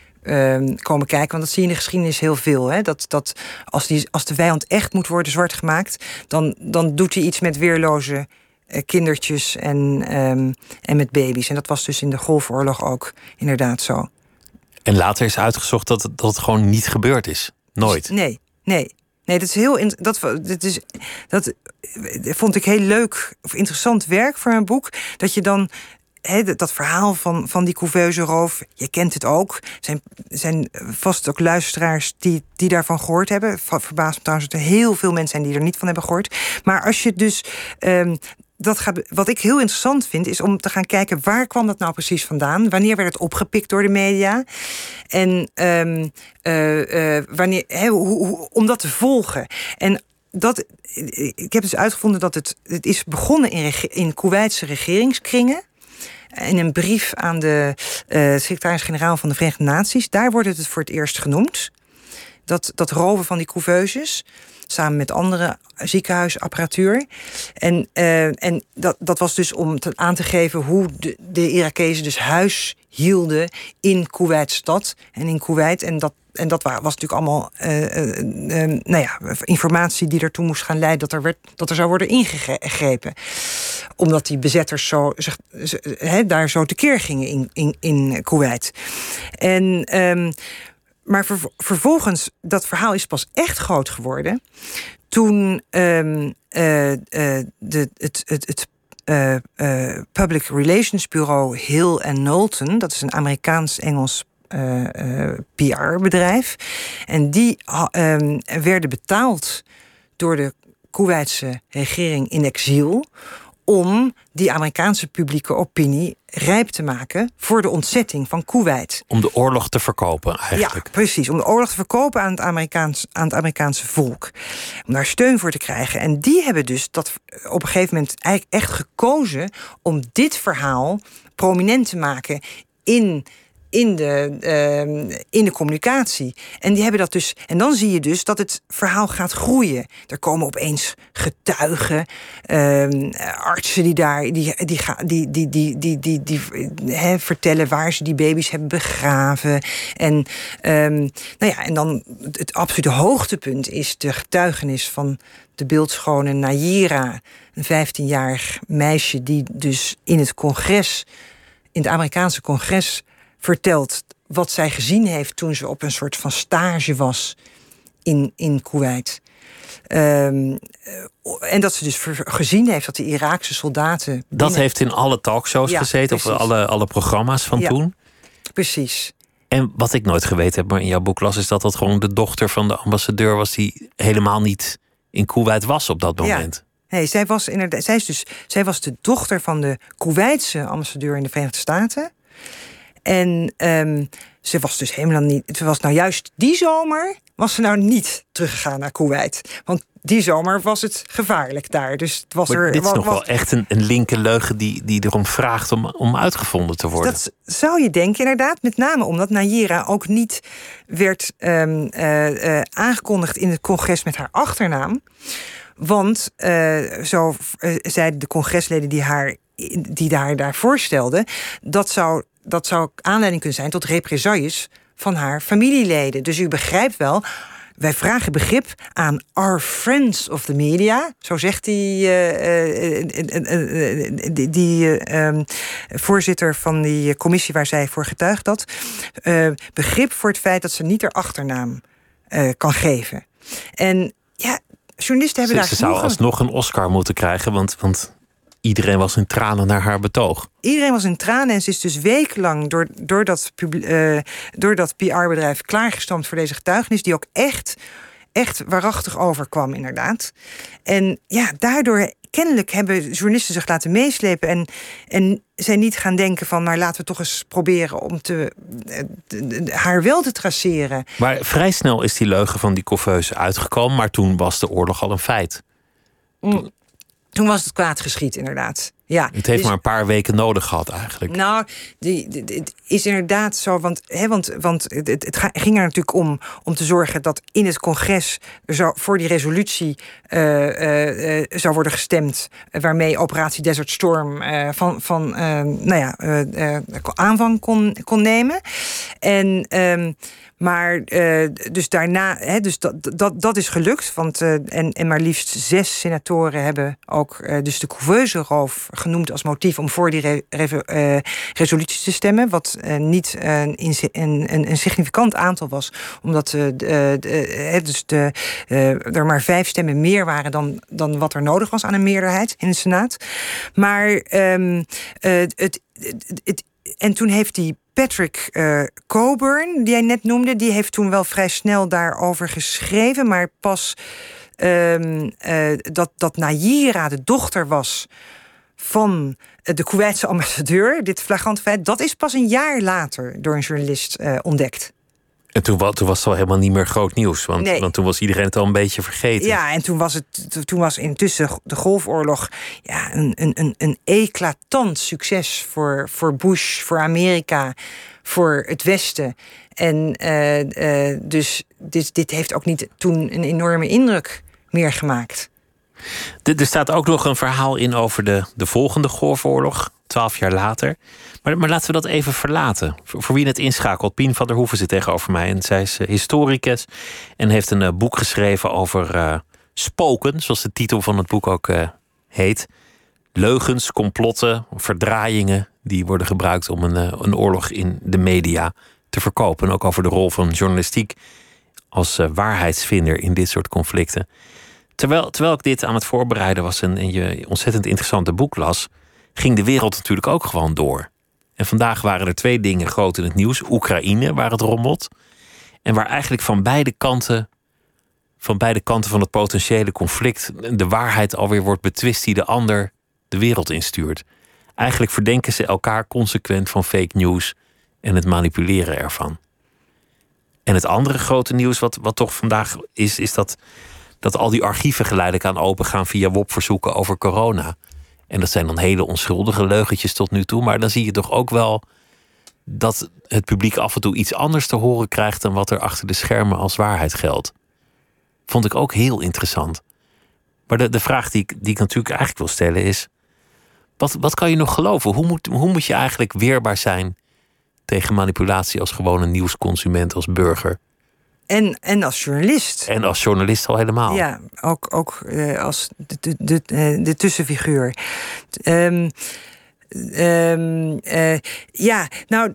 E: uh, komen kijken, want dat zie je in de geschiedenis heel veel. Hè? Dat, dat als, die, als de vijand echt moet worden zwart gemaakt, dan, dan doet hij iets met weerloze uh, kindertjes en, um, en met baby's. En dat was dus in de Golfoorlog ook inderdaad zo.
D: En later is uitgezocht dat het, dat het gewoon niet gebeurd is. Nooit.
E: Nee, nee. Nee, dat is heel. In, dat, dat, is, dat vond ik heel leuk of interessant werk voor een boek. Dat je dan. He, dat verhaal van, van die couveuse roof, je kent het ook. Er zijn, zijn vast ook luisteraars die, die daarvan gehoord hebben. Verbaast me trouwens dat er heel veel mensen zijn die er niet van hebben gehoord. Maar als je dus. Um, Dat gaat, wat ik heel interessant vind, is om te gaan kijken waar kwam dat nou precies vandaan? Wanneer werd het opgepikt door de media? En um, uh, uh, wanneer, he, hoe, hoe, om dat te volgen. En dat, ik heb dus uitgevonden dat het, het is begonnen in, in Koeweitse regeringskringen. In een brief aan de uh, secretaris-generaal van de Verenigde Naties. Daar wordt het voor het eerst genoemd. Dat, dat roven van die couveuses, samen met andere ziekenhuisapparatuur. En, uh, en dat, dat was dus om te, aan te geven hoe de, de Irakezen dus huis hielden in Koeweitstad en in Koeweit. En dat, en dat was natuurlijk allemaal uh, uh, uh, nou ja, informatie die ertoe moest gaan leiden dat er, werd, dat er zou worden ingegrepen. Omdat die bezetters zo, zich, he, daar zo tekeer gingen in, in, in Koeweit. En... Um, Maar ver, vervolgens, dat verhaal is pas echt groot geworden toen um, uh, uh, de, het, het, het uh, uh, Public Relations Bureau Hill and Knowlton, dat is een Amerikaans-Engels uh, uh, P R-bedrijf, en die uh, um, werden betaald door de Koeweitse regering in exil om die Amerikaanse publieke opinie rijp te maken voor de ontzetting van Koeweit.
D: Om de oorlog te verkopen, eigenlijk.
E: Ja, precies. Om de oorlog te verkopen aan het, Amerikaans, aan het Amerikaanse volk. Om daar steun voor te krijgen. En die hebben dus dat op een gegeven moment eigenlijk echt gekozen om dit verhaal prominent te maken in... In de, uh, in de communicatie. En die hebben dat dus. En dan zie je dus dat het verhaal gaat groeien. Er komen opeens getuigen, uh, artsen die daar die, die, die, die, die, die, die, die he, vertellen waar ze die baby's hebben begraven. En, um, nou ja, en dan het absolute hoogtepunt is de getuigenis van de beeldschone Nayira, een vijftienjarig meisje die dus in het congres, in het Amerikaanse congres, vertelt wat zij gezien heeft toen ze op een soort van stage was in, in Koeweit. Um, en dat ze dus gezien heeft dat de Iraakse soldaten...
D: Dat
E: binnen...
D: heeft in alle talkshows ja, gezeten, precies. Of alle, alle programma's van ja, toen.
E: Precies.
D: En wat ik nooit geweten heb, maar in jouw boek las, is dat dat gewoon de dochter van de ambassadeur was die helemaal niet in Koeweit was op dat moment.
E: Ja. Nee, zij was inderdaad, zij is dus, zij was de dochter van de Koeweitse ambassadeur in de Verenigde Staten. En um, ze was dus helemaal niet. Ze was nou juist die zomer was ze nou niet teruggegaan naar Koeweit. Want die zomer was het gevaarlijk daar. Dus het was
D: maar
E: er.
D: Dit is
E: was,
D: nog wel echt een, een linker leugen die, die erom vraagt om, om uitgevonden te worden.
E: Dat zou je denken, inderdaad. Met name omdat Nayira ook niet werd um, uh, uh, aangekondigd in het congres met haar achternaam. Want uh, zo uh, zeiden de congresleden die haar, die haar daar voorstelden, dat zou. Dat zou aanleiding kunnen zijn tot represailles van haar familieleden. Dus u begrijpt wel, wij vragen begrip aan our friends of the media. Zo zegt die, uh, uh, uh, uh, die, die uh, um, voorzitter van die commissie waar zij voor getuigd had. Uh, begrip voor het feit dat ze niet haar achternaam uh, kan geven. En ja, journalisten hebben
D: ze,
E: daar
D: Ze zou alsnog een Oscar moeten krijgen, want, want iedereen was in tranen naar haar betoog.
E: Iedereen was in tranen en ze is dus wekenlang door, door, dat, uh, door dat P R-bedrijf klaargestoomd voor deze getuigenis, die ook echt, echt waarachtig overkwam, inderdaad. En ja, daardoor kennelijk hebben journalisten zich laten meeslepen en, en zijn niet gaan denken van, maar laten we toch eens proberen om te, de, de, haar wel te traceren.
D: Maar vrij snel is die leugen van die couveuse uitgekomen, maar toen was de oorlog al een feit.
E: Mm. Toen was het kwaad geschied, inderdaad. Ja,
D: het heeft
E: dus,
D: maar een paar weken nodig gehad, eigenlijk.
E: Nou, die, die, die, het is inderdaad zo. Want, he, want, want het, het ging er natuurlijk om om te zorgen dat in het congres er zou, voor die resolutie uh, uh, zou worden gestemd, uh, waarmee operatie Desert Storm uh, van, van uh, nou ja, uh, uh, aanvang kon, kon nemen. En um, Maar uh, dus daarna, he, dus dat, dat, dat is gelukt. Want, uh, en, en maar liefst zes senatoren hebben ook uh, dus de couveuse-roof genoemd als motief om voor die re, re, uh, resolutie te stemmen. Wat uh, niet uh, een, een, een significant aantal was. Omdat uh, de, de, dus de, uh, er maar vijf stemmen meer waren dan, dan wat er nodig was aan een meerderheid in de Senaat. Maar um, uh, het, het, het, en toen heeft die Patrick uh, Coburn, die jij net noemde, die heeft toen wel vrij snel daarover geschreven, maar pas um, uh, dat, dat Nayira de dochter was van de Koeweitse ambassadeur, dit flagrant feit, dat is pas een jaar later door een journalist uh, ontdekt.
D: En toen, toen was het al helemaal niet meer groot nieuws. Want,
E: nee.
D: want toen was iedereen het al een beetje vergeten.
E: Ja, en toen was het toen was intussen de Golfoorlog ja, een, een, een eclatant succes voor, voor Bush, voor Amerika, voor het Westen. En uh, uh, dus dit, dit heeft ook niet toen een enorme indruk meer gemaakt.
D: Er staat ook nog een verhaal in over de, de volgende Golfoorlog, twaalf jaar later. Maar, maar laten we dat even verlaten. Voor, voor wie het inschakelt, Pien van der Hoeven zit tegenover mij. En zij is historicus en heeft een uh, boek geschreven over uh, spoken, zoals de titel van het boek ook uh, heet. Leugens, complotten, verdraaiingen die worden gebruikt om een, uh, een oorlog in de media te verkopen. En ook over de rol van journalistiek als uh, waarheidsvinder in dit soort conflicten. Terwijl, terwijl ik dit aan het voorbereiden was en, en je ontzettend interessante boek las, ging de wereld natuurlijk ook gewoon door. En vandaag waren er twee dingen groot in het nieuws. Oekraïne, waar het rommelt. En waar eigenlijk van beide kanten, van beide kanten van het potentiële conflict de waarheid alweer wordt betwist die de ander de wereld instuurt. Eigenlijk verdenken ze elkaar consequent van fake news en het manipuleren ervan. En het andere grote nieuws wat, wat toch vandaag is, is dat, dat al die archieven geleidelijk aan open gaan via W O P-verzoeken over corona. En dat zijn dan hele onschuldige leugentjes tot nu toe. Maar dan zie je toch ook wel dat het publiek af en toe iets anders te horen krijgt dan wat er achter de schermen als waarheid geldt. Vond ik ook heel interessant. Maar de, de vraag die ik, die ik natuurlijk eigenlijk wil stellen is, wat, wat kan je nog geloven? Hoe moet, hoe moet je eigenlijk weerbaar zijn tegen manipulatie als gewone nieuwsconsument, als burger?
E: En, en als journalist.
D: En als journalist al helemaal.
E: Ja, ook, ook uh, als de, de, de, de tussenfiguur. Um, um, uh, ja, nou,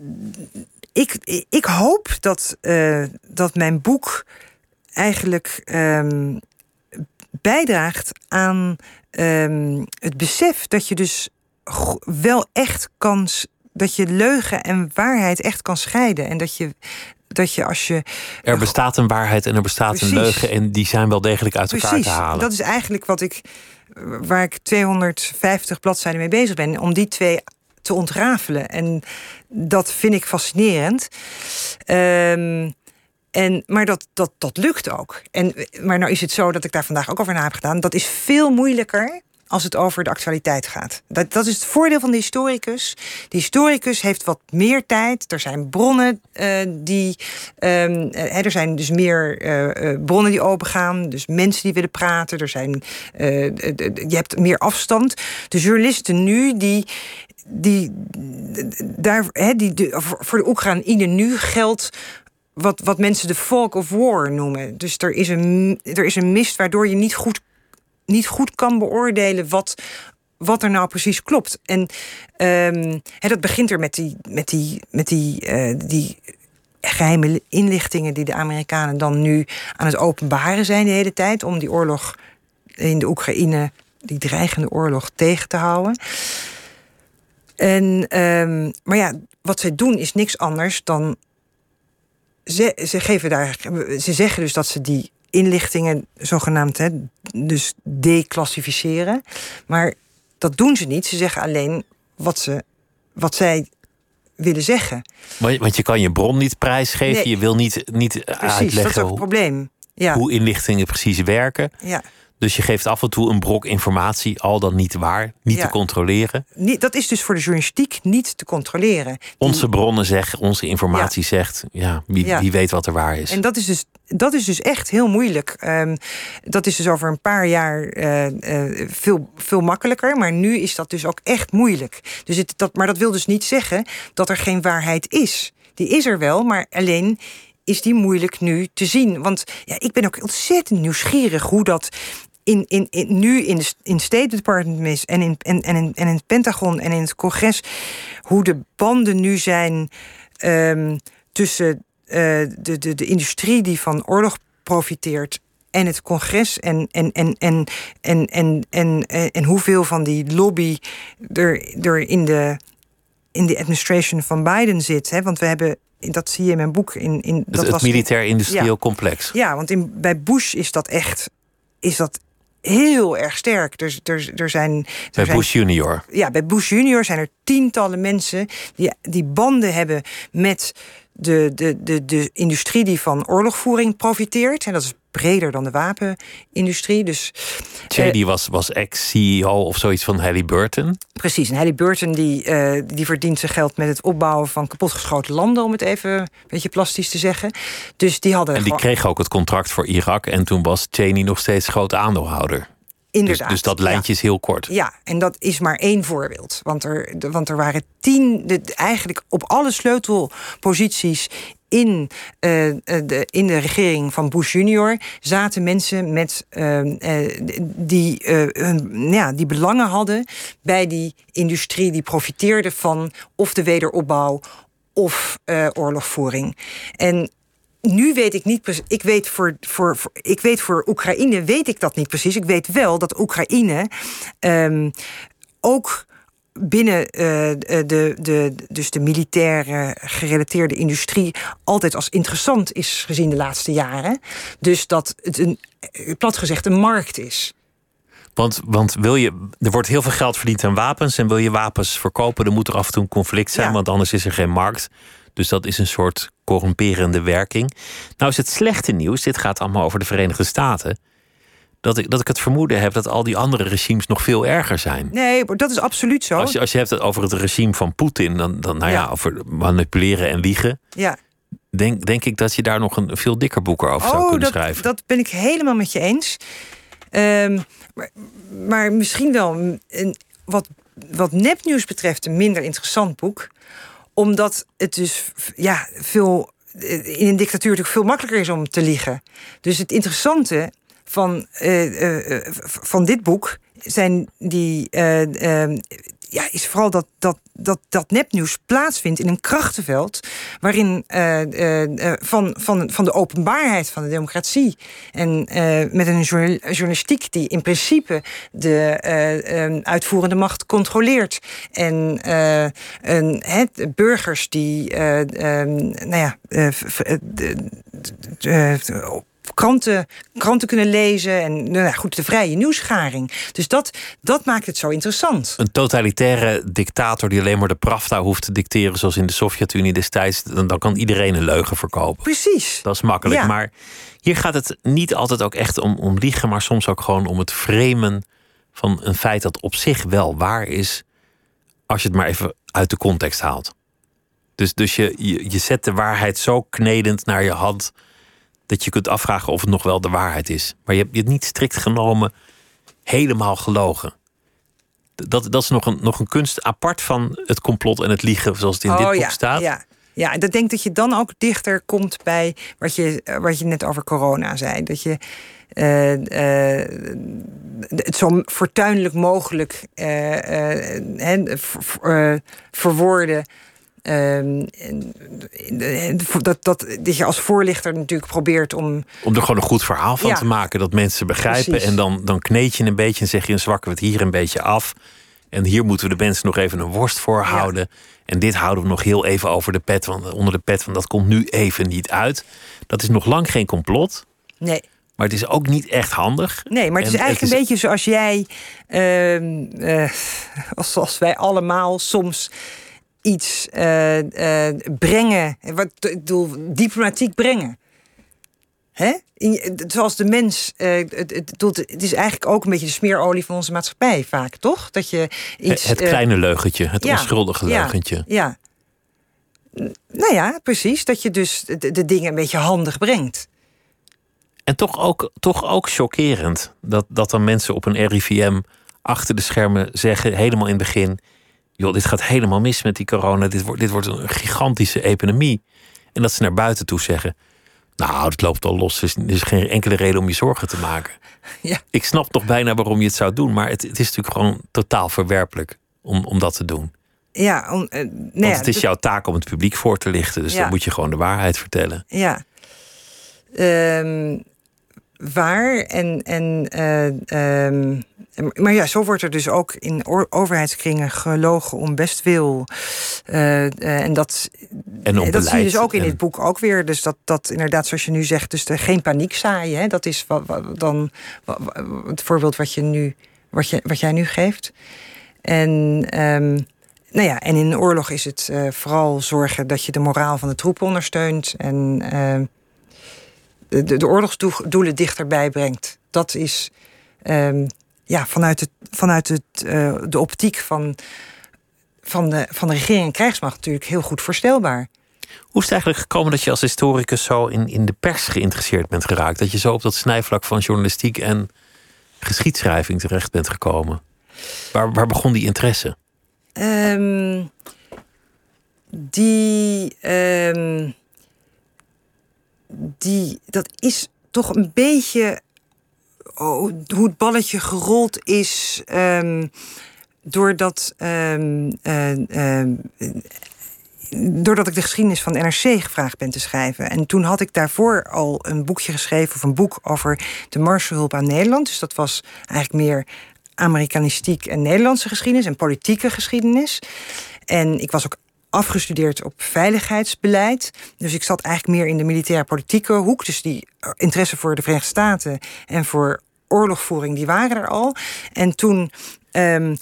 E: ik, ik hoop dat, uh, dat mijn boek eigenlijk um, bijdraagt aan um, het besef dat je dus wel echt kan, dat je leugen en waarheid echt kan scheiden. En dat je Dat je als je.
D: Er bestaat een waarheid en er bestaat Precies. een leugen. En die zijn wel degelijk uit elkaar
E: Precies.
D: te halen.
E: Dat is eigenlijk wat ik, waar ik tweehonderdvijftig bladzijden mee bezig ben. Om die twee te ontrafelen. En dat vind ik fascinerend. Um, en, maar dat, dat, dat lukt ook. En, maar nou is het zo dat ik daar vandaag ook over na heb gedaan. Dat is veel moeilijker als het over de actualiteit gaat. Dat, dat is het voordeel van de historicus. De historicus heeft wat meer tijd. Er zijn bronnen uh, die... Um, uh, er zijn dus meer uh, uh, bronnen die opengaan. Dus mensen die willen praten. Er zijn, uh, uh, je hebt meer afstand. De journalisten nu die... die daar, he, die de, voor de Oekraïne nu geldt wat, wat mensen de fog of war noemen. Dus er is een, er is een mist waardoor je niet goed niet goed kan beoordelen wat, wat er nou precies klopt. En um, he, dat begint er met die, met die, met die, uh, die geheime inlichtingen die de Amerikanen dan nu aan het openbaren zijn de hele tijd om die oorlog in de Oekraïne, die dreigende oorlog, tegen te houden. En, um, maar ja, wat zij doen is niks anders dan ze, ze geven daar, ze zeggen dus dat ze die inlichtingen zogenaamd, hè, dus declassificeren, maar dat doen ze niet. Ze zeggen alleen wat ze, wat zij willen zeggen.
D: Want je kan je bron niet prijsgeven. Nee. Je wil niet, niet
E: precies,
D: uitleggen
E: dat is ook het probleem. Ja.
D: Hoe inlichtingen precies werken.
E: Ja.
D: Dus je geeft af en toe een brok informatie, al dan niet waar, niet ja. te controleren.
E: Nee, dat is dus voor de journalistiek niet te controleren. Die...
D: Onze bronnen zeggen, onze informatie ja. zegt, ja wie, ja. wie weet wat er waar is.
E: En dat is dus, dat is dus echt heel moeilijk. Um, dat is dus over een paar jaar uh, uh, veel, veel makkelijker. Maar nu is dat dus ook echt moeilijk. Dus het, dat, maar dat wil dus niet zeggen dat er geen waarheid is. Die is er wel, maar alleen is die moeilijk nu te zien. Want ja, ik ben ook ontzettend nieuwsgierig hoe dat In, in, in, nu in de in State Department en in, en, en, in, en in het Pentagon en in het congres, hoe de banden nu zijn um, tussen uh, de, de, de industrie die van oorlog profiteert en het congres en, en, en, en, en, en, en, en, en hoeveel van die lobby er, er in, de, in de administration van Biden zit. Hè? Want we hebben, dat zie je in mijn boek. In, in, dat
D: het
E: was
D: militair-industrieel ja, complex.
E: Ja, want in, bij Bush is dat echt is dat heel erg sterk. Er, er, er zijn, er
D: bij
E: zijn,
D: Bush junior.
E: Ja, bij Bush junior zijn er tientallen mensen die, die banden hebben met de, de, de, de industrie die van oorlogvoering profiteert. En dat is breder dan de wapenindustrie. Dus,
D: Cheney uh, was, was ex-C E O of zoiets van Halliburton.
E: Precies, en Halliburton die, uh, die verdient zijn geld met het opbouwen van kapotgeschoten landen, om het even een beetje plastisch te zeggen. Dus die hadden.
D: En die
E: gewoon...
D: kreeg ook het contract voor Irak. En toen was Cheney nog steeds groot aandeelhouder.
E: Inderdaad.
D: Dus, dus dat lijntje
E: ja.
D: is heel kort.
E: Ja, en dat is maar één voorbeeld. Want er, want er waren tien, de, eigenlijk op alle sleutelposities in, uh, de, in de regering van Bush junior zaten mensen met, uh, uh, die, uh, hun, ja, die belangen hadden bij die industrie die profiteerde van of de wederopbouw of uh, oorlogvoering. En nu weet ik niet precies. Ik weet voor, voor, voor, ik weet voor Oekraïne weet ik dat niet precies. Ik weet wel dat Oekraïne um, ook binnen uh, de, de, dus de militaire gerelateerde industrie altijd als interessant is gezien de laatste jaren. Dus dat het een, plat gezegd, een markt is.
D: Want, want wil je, er wordt heel veel geld verdiend aan wapens. En wil je wapens verkopen, dan moet er af en toe een conflict zijn. Ja. Want anders is er geen markt. Dus dat is een soort corrumperende werking. Nou is het slechte nieuws, dit gaat allemaal over de Verenigde Staten, dat ik, dat ik het vermoeden heb dat al die andere regimes nog veel erger zijn.
E: Nee, dat is absoluut zo.
D: Als je, als je hebt het over het regime van Poetin, dan, dan nou ja, ja, over manipuleren en liegen.
E: Ja.
D: Denk, denk ik dat je daar nog een veel dikker boek over zou
E: oh,
D: kunnen
E: dat,
D: schrijven.
E: Dat ben ik helemaal met je eens. Um, maar, maar misschien wel een, wat, wat nepnieuws betreft een minder interessant boek, omdat het dus ja, veel in een dictatuur natuurlijk veel makkelijker is om te liegen. Dus het interessante van, uh, uh, van dit boek zijn die, uh, uh, ja, is vooral dat, dat, dat, dat nepnieuws plaatsvindt in een krachtenveld waarin uh, uh, uh, van, van, van de openbaarheid van de democratie en uh, met een journal, journalistiek die in principe de uh, um, uitvoerende macht controleert en uh, een, het, burgers die uh, um, nou ja uh, de, de, de, Kranten, kranten kunnen lezen en nou ja, goed, de vrije nieuwsgaring. Dus dat, dat maakt het zo interessant.
D: Een totalitaire dictator die alleen maar de Pravda hoeft te dicteren, zoals in de Sovjet-Unie destijds, dan, dan kan iedereen een leugen verkopen.
E: Precies.
D: Dat is makkelijk.
E: Ja.
D: Maar hier gaat het niet altijd ook echt om, om liegen, maar soms ook gewoon om het framen van een feit dat op zich wel waar is, als je het maar even uit de context haalt. Dus, dus je, je, je zet de waarheid zo knedend naar je hand dat je kunt afvragen of het nog wel de waarheid is. Maar je hebt het niet strikt genomen helemaal gelogen. Dat, dat is nog een, nog een kunst apart van het complot en het liegen, zoals het in
E: oh, dit
D: boek
E: ja,
D: staat.
E: Ja, ja, ik denk dat je dan ook dichter komt bij wat je, wat je net over corona zei. Dat je uh, uh, het zo fortuinlijk mogelijk uh, uh, uh, ver, uh, verwoorden Um, dat, dat, dat je als voorlichter natuurlijk probeert om...
D: Om er gewoon een goed verhaal van
E: ja.
D: te maken. Dat mensen begrijpen.
E: Precies.
D: En dan, dan kneed je een beetje en zeg je... en zwakken we het hier een beetje af. En hier moeten we de mensen nog even een worst voor houden. Ja. En dit houden we nog heel even over de pet, want, onder de pet. Want dat komt nu even niet uit. Dat is nog lang geen complot.
E: Nee.
D: Maar het is ook niet echt handig.
E: Nee, maar het
D: en
E: is eigenlijk
D: het is...
E: een beetje zoals jij... Uh, uh, als, als wij allemaal soms... iets uh, uh, brengen, wat ik bedoel, diplomatiek brengen. Hè? Zoals de mens, uh, het, het, het is eigenlijk ook een beetje de smeerolie van onze maatschappij vaak, toch? Dat je iets,
D: het kleine leugentje, het
E: ja,
D: onschuldige leugentje.
E: Ja, ja. Nou ja, precies. Dat je dus de, de dingen een beetje handig brengt.
D: En toch ook, toch ook chockerend dat, dat dan mensen op een R I V M achter de schermen zeggen, helemaal in het begin... joh, dit gaat helemaal mis met die corona. Dit wordt, dit wordt een gigantische epidemie. En dat ze naar buiten toe zeggen... nou, het loopt al los. Er is geen enkele reden om je zorgen te maken.
E: Ja.
D: Ik snap toch bijna waarom je het zou doen. Maar het, het is natuurlijk gewoon totaal verwerpelijk om, om dat te doen.
E: Ja, om, uh, nee,
D: Want het is
E: dat...
D: jouw taak om het publiek voor te lichten. Dus
E: ja.
D: dan moet je gewoon de waarheid vertellen.
E: Ja. Um, waar en... en uh, um... Maar ja, zo wordt er dus ook in overheidskringen gelogen om bestwil. Uh, uh, en dat,
D: en om
E: dat zie je dus ook in
D: en...
E: dit boek ook weer. Dus dat, dat inderdaad, zoals je nu zegt, dus er geen paniek zaaien. Hè? Dat is wat, wat, dan wat, het voorbeeld wat, je nu, wat, je, wat jij nu geeft. En, um, nou ja, en in een oorlog is het uh, vooral zorgen dat je de moraal van de troepen ondersteunt. En uh, de, de, de oorlogsdoelen dichterbij brengt. Dat is... Um, Ja, vanuit, het, vanuit het, uh, de optiek van, van, de, van de regering en krijgsmacht natuurlijk heel goed voorstelbaar.
D: Hoe is het eigenlijk gekomen dat je als historicus zo in, in de pers geïnteresseerd bent geraakt? Dat je zo op dat snijvlak van journalistiek en geschiedschrijving terecht bent gekomen? Waar, waar begon die interesse?
E: Um, die, um, die, dat is toch een beetje... Oh, hoe het balletje gerold is, um, doordat, um, uh, um, doordat ik de geschiedenis van de N R C gevraagd ben te schrijven. En toen had ik daarvoor al een boekje geschreven, of een boek over de Marshallhulp aan Nederland. Dus dat was eigenlijk meer Amerikanistiek en Nederlandse geschiedenis en politieke geschiedenis. En ik was ook afgestudeerd op veiligheidsbeleid. Dus ik zat eigenlijk meer in de militair politieke hoek. Dus die interesse voor de Verenigde Staten en voor oorlogvoering, die waren er al. En toen um,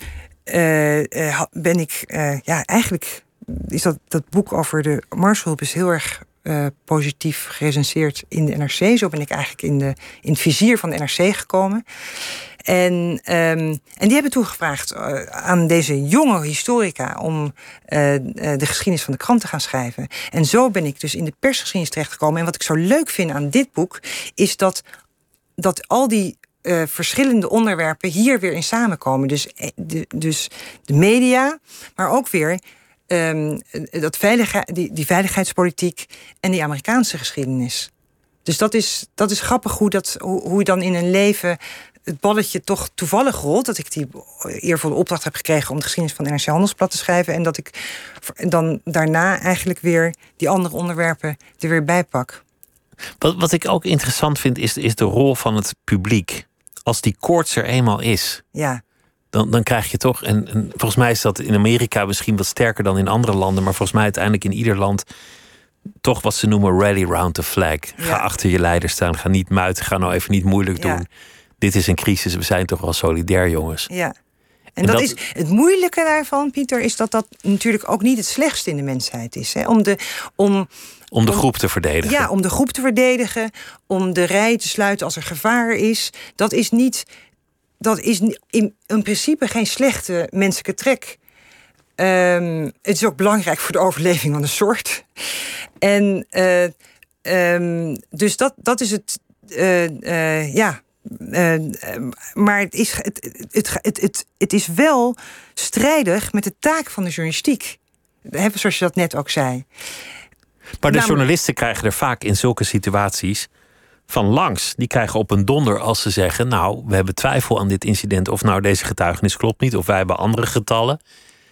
E: uh, ben ik... Uh, ja, eigenlijk is dat, dat boek over de Marshallhulp is heel erg uh, positief gerecenseerd in de N R C. Zo ben ik eigenlijk in, de, in het vizier van de N R C gekomen. En, um, en die hebben toen gevraagd uh, aan deze jonge historica om uh, uh, de geschiedenis van de krant te gaan schrijven. En zo ben ik dus in de persgeschiedenis terechtgekomen. En wat ik zo leuk vind aan dit boek is dat, dat al die uh, verschillende onderwerpen hier weer in samenkomen. Dus de, dus de media, maar ook weer um, dat veiligheid, die, die veiligheidspolitiek en die Amerikaanse geschiedenis. Dus dat is, dat is grappig hoe, dat, hoe, hoe je dan in een leven het balletje toch toevallig rolt. Dat ik die eervolle opdracht heb gekregen om de geschiedenis van N R C Handelsblad te schrijven. En dat ik dan daarna eigenlijk weer die andere onderwerpen er weer bij pak.
D: Wat, wat ik ook interessant vind is, is de rol van het publiek. Als die koorts er eenmaal is,
E: ja.
D: dan, dan krijg je toch... En, en volgens mij is dat in Amerika misschien wat sterker dan in andere landen. Maar volgens mij uiteindelijk in ieder land toch wat ze noemen rally round the flag. Ga ja. achter je leider staan, ga niet muiten, ga nou even niet moeilijk doen. Ja. Dit is een crisis, we zijn toch wel solidair, jongens.
E: Ja. En, en dat, dat is het moeilijke daarvan, Pieter, is dat dat natuurlijk ook niet het slechtste in de mensheid is. Hè? Om de, om,
D: om de groep te verdedigen.
E: Ja, om de groep te verdedigen, om de rij te sluiten als er gevaar is. Dat is niet, dat is in, in principe geen slechte menselijke trek. Um, het is ook belangrijk voor de overleving van de soort. En uh, um, dus dat, dat is het, uh, uh, ja. Uh, maar het is, het, het, het, het, het is wel strijdig met de taak van de journalistiek. Zoals je dat net ook zei.
D: Maar de nou, journalisten krijgen er vaak in zulke situaties van langs. Die krijgen op een donder als ze zeggen, nou, we hebben twijfel aan dit incident. Of nou, deze getuigenis klopt niet. Of wij hebben andere getallen.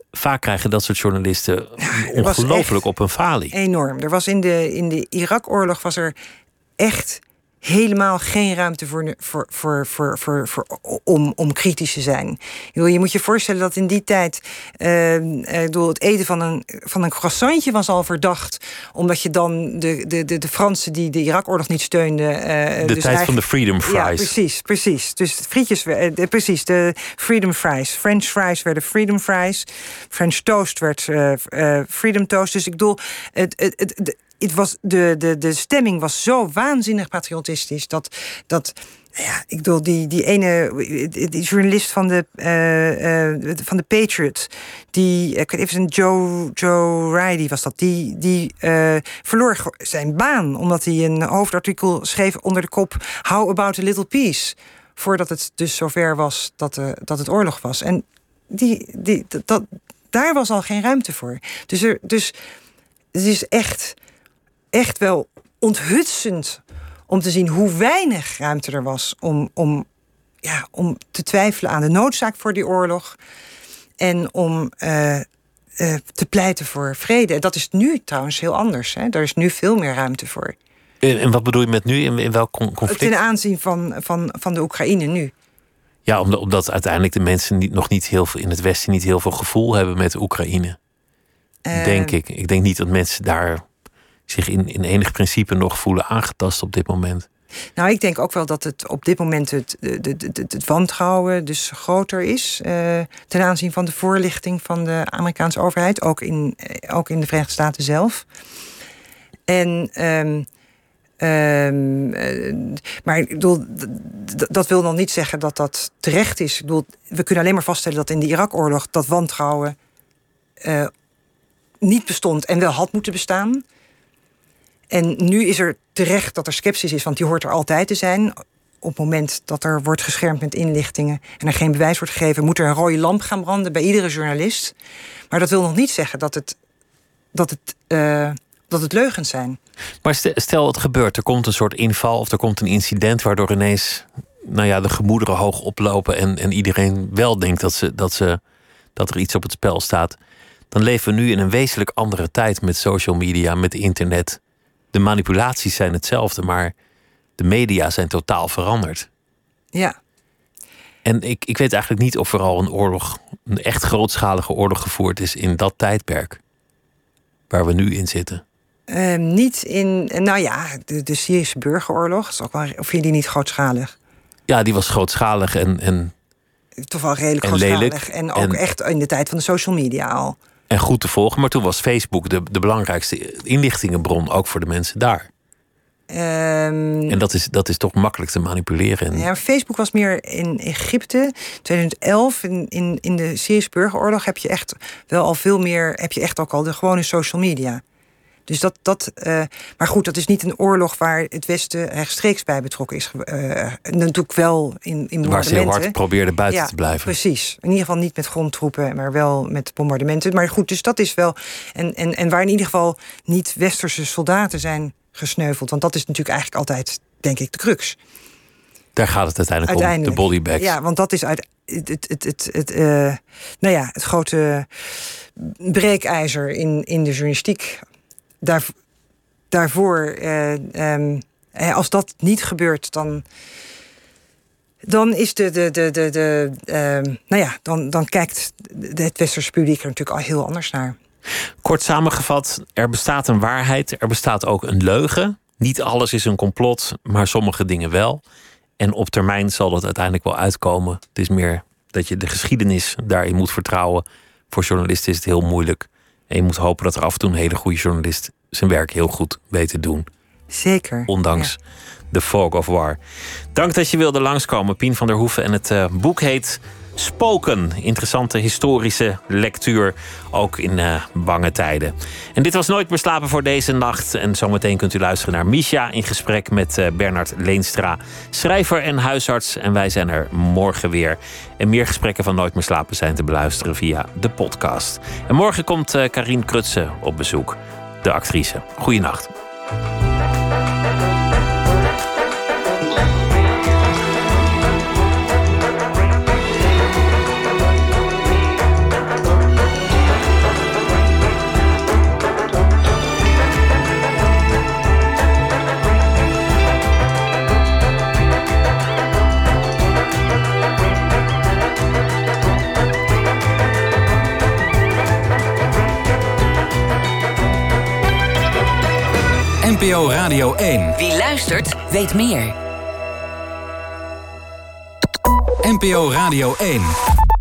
D: vaak krijgen dat soort journalisten ja, ongelooflijk op een falie.
E: Enorm. Er was in de, in de Irak-oorlog was er echt helemaal geen ruimte voor, voor, voor, voor, voor, voor, om, om kritisch te zijn. Je moet je voorstellen dat in die tijd uh, uh, het eten van een, van een croissantje was al verdacht, omdat je dan de, de, de, de Fransen die de Irak-oorlog niet steunden. Uh,
D: de dus tijd van de freedom fries.
E: Ja, precies, precies. Dus frietjes, uh, precies, de freedom fries. French fries werden freedom fries. French toast werd uh, uh, freedom toast. Dus ik bedoel, het, het, het, het Het was de, de, de stemming was zo waanzinnig patriotistisch dat, dat ja, ik bedoel, die, die ene die journalist van de, uh, uh, van de Patriot, die, ik weet even, Joe, Joe Riley was dat, die, die uh, verloor zijn baan omdat hij een hoofdartikel schreef onder de kop How about a little peace? Voordat het dus zover was dat, uh, dat het oorlog was. En die, die, dat, daar was al geen ruimte voor. Dus, er, dus het is echt... echt wel onthutsend om te zien hoe weinig ruimte er was om, om, ja, om te twijfelen aan de noodzaak voor die oorlog en om uh, uh, te pleiten voor vrede. Dat is nu trouwens heel anders. Hè? Er is nu veel meer ruimte voor.
D: En, en wat bedoel je met nu? In, in welk conflict?
E: Ten aanzien van, van, van de Oekraïne nu.
D: Ja, omdat, omdat uiteindelijk de mensen niet, nog niet heel veel in het Westen niet heel veel gevoel hebben met de Oekraïne. Uh, denk ik. Ik denk niet dat mensen daar zich in, in enig principe nog voelen aangetast op dit moment.
E: Nou, ik denk ook wel dat het op dit moment het, het, het, het, het wantrouwen dus groter is uh, ten aanzien van de voorlichting van de Amerikaanse overheid, ook in, ook in de Verenigde Staten zelf. En um, um, uh, maar ik bedoel, d- dat wil nog niet zeggen dat dat terecht is. Ik bedoel, we kunnen alleen maar vaststellen dat in de Irak-oorlog dat wantrouwen uh, niet bestond en wel had moeten bestaan. En nu is er terecht dat er sceptisch is, want die hoort er altijd te zijn. Op het moment dat er wordt geschermd met inlichtingen en er geen bewijs wordt gegeven, moet er een rode lamp gaan branden bij iedere journalist. Maar dat wil nog niet zeggen dat het, dat het, uh, dat het leugens zijn.
D: Maar stel het gebeurt, er komt een soort inval of er komt een incident waardoor ineens nou ja, de gemoederen hoog oplopen en, en iedereen wel denkt dat, ze, dat, ze, dat er iets op het spel staat. Dan leven we nu in een wezenlijk andere tijd met social media, met internet. De manipulaties zijn hetzelfde, maar de media zijn totaal veranderd.
E: Ja.
D: En ik, ik weet eigenlijk niet of er al een oorlog, een echt grootschalige oorlog gevoerd is in dat tijdperk waar we nu in zitten.
E: Uh, niet in, nou ja, de, de Syrische burgeroorlog, is ook wel, of vind je die niet grootschalig?
D: Ja, die was grootschalig en, en
E: toch wel redelijk
D: en
E: grootschalig.
D: Lelijk.
E: En ook en, echt in de tijd van de social media al.
D: En goed te volgen, maar toen was Facebook de, de belangrijkste inlichtingenbron, ook voor de mensen daar. Um, en dat is, dat is toch makkelijk te manipuleren.
E: Ja, Facebook was meer in Egypte. twintig elf, in, in, in de Syrische burgeroorlog, heb je echt wel al veel meer, heb je echt ook al de gewone social media. Dus dat, dat uh, maar goed, dat is niet een oorlog waar het Westen rechtstreeks bij betrokken is. Uh, natuurlijk wel in, in bombardementen.
D: Waar ze heel hard probeerden buiten
E: ja,
D: te blijven.
E: Precies. In ieder geval niet met grondtroepen, maar wel met bombardementen. Maar goed, dus dat is wel. En, en, en waar in ieder geval niet westerse soldaten zijn gesneuveld. Want dat is natuurlijk eigenlijk altijd, denk ik, de crux.
D: Daar gaat het uiteindelijk, uiteindelijk. om, de bodybags.
E: Ja, want dat is uit, het, het, het, het, het, uh, nou ja, het grote breekijzer in, in de journalistiek. Daar, daarvoor, uh, um, als dat niet gebeurt, dan, dan is de, de, de, de, de uh, nou ja, dan, dan kijkt het westerse publiek er natuurlijk al heel anders naar.
D: Kort samengevat, er bestaat een waarheid, er bestaat ook een leugen. Niet alles is een complot, maar sommige dingen wel. En op termijn zal dat uiteindelijk wel uitkomen. Het is meer dat je de geschiedenis daarin moet vertrouwen. Voor journalisten is het heel moeilijk. En je moet hopen dat er af en toe een hele goede journalist zijn werk heel goed weet te doen.
E: Zeker.
D: Ondanks ja. de fog of war. Dank dat je wilde langskomen, Pien van der Hoeven. En het uh, boek heet Spoken. Interessante historische lectuur, ook in uh, bange tijden. En dit was Nooit meer slapen voor deze nacht. En zometeen kunt u luisteren naar Misha in gesprek met uh, Bernard Leenstra, schrijver en huisarts. En wij zijn er morgen weer. En meer gesprekken van Nooit meer slapen zijn te beluisteren via de podcast. En morgen komt uh, Karien Krutse op bezoek, de actrice. Goeienacht.
B: N P O Radio één.
C: Wie luistert, weet meer.
B: N P O Radio één.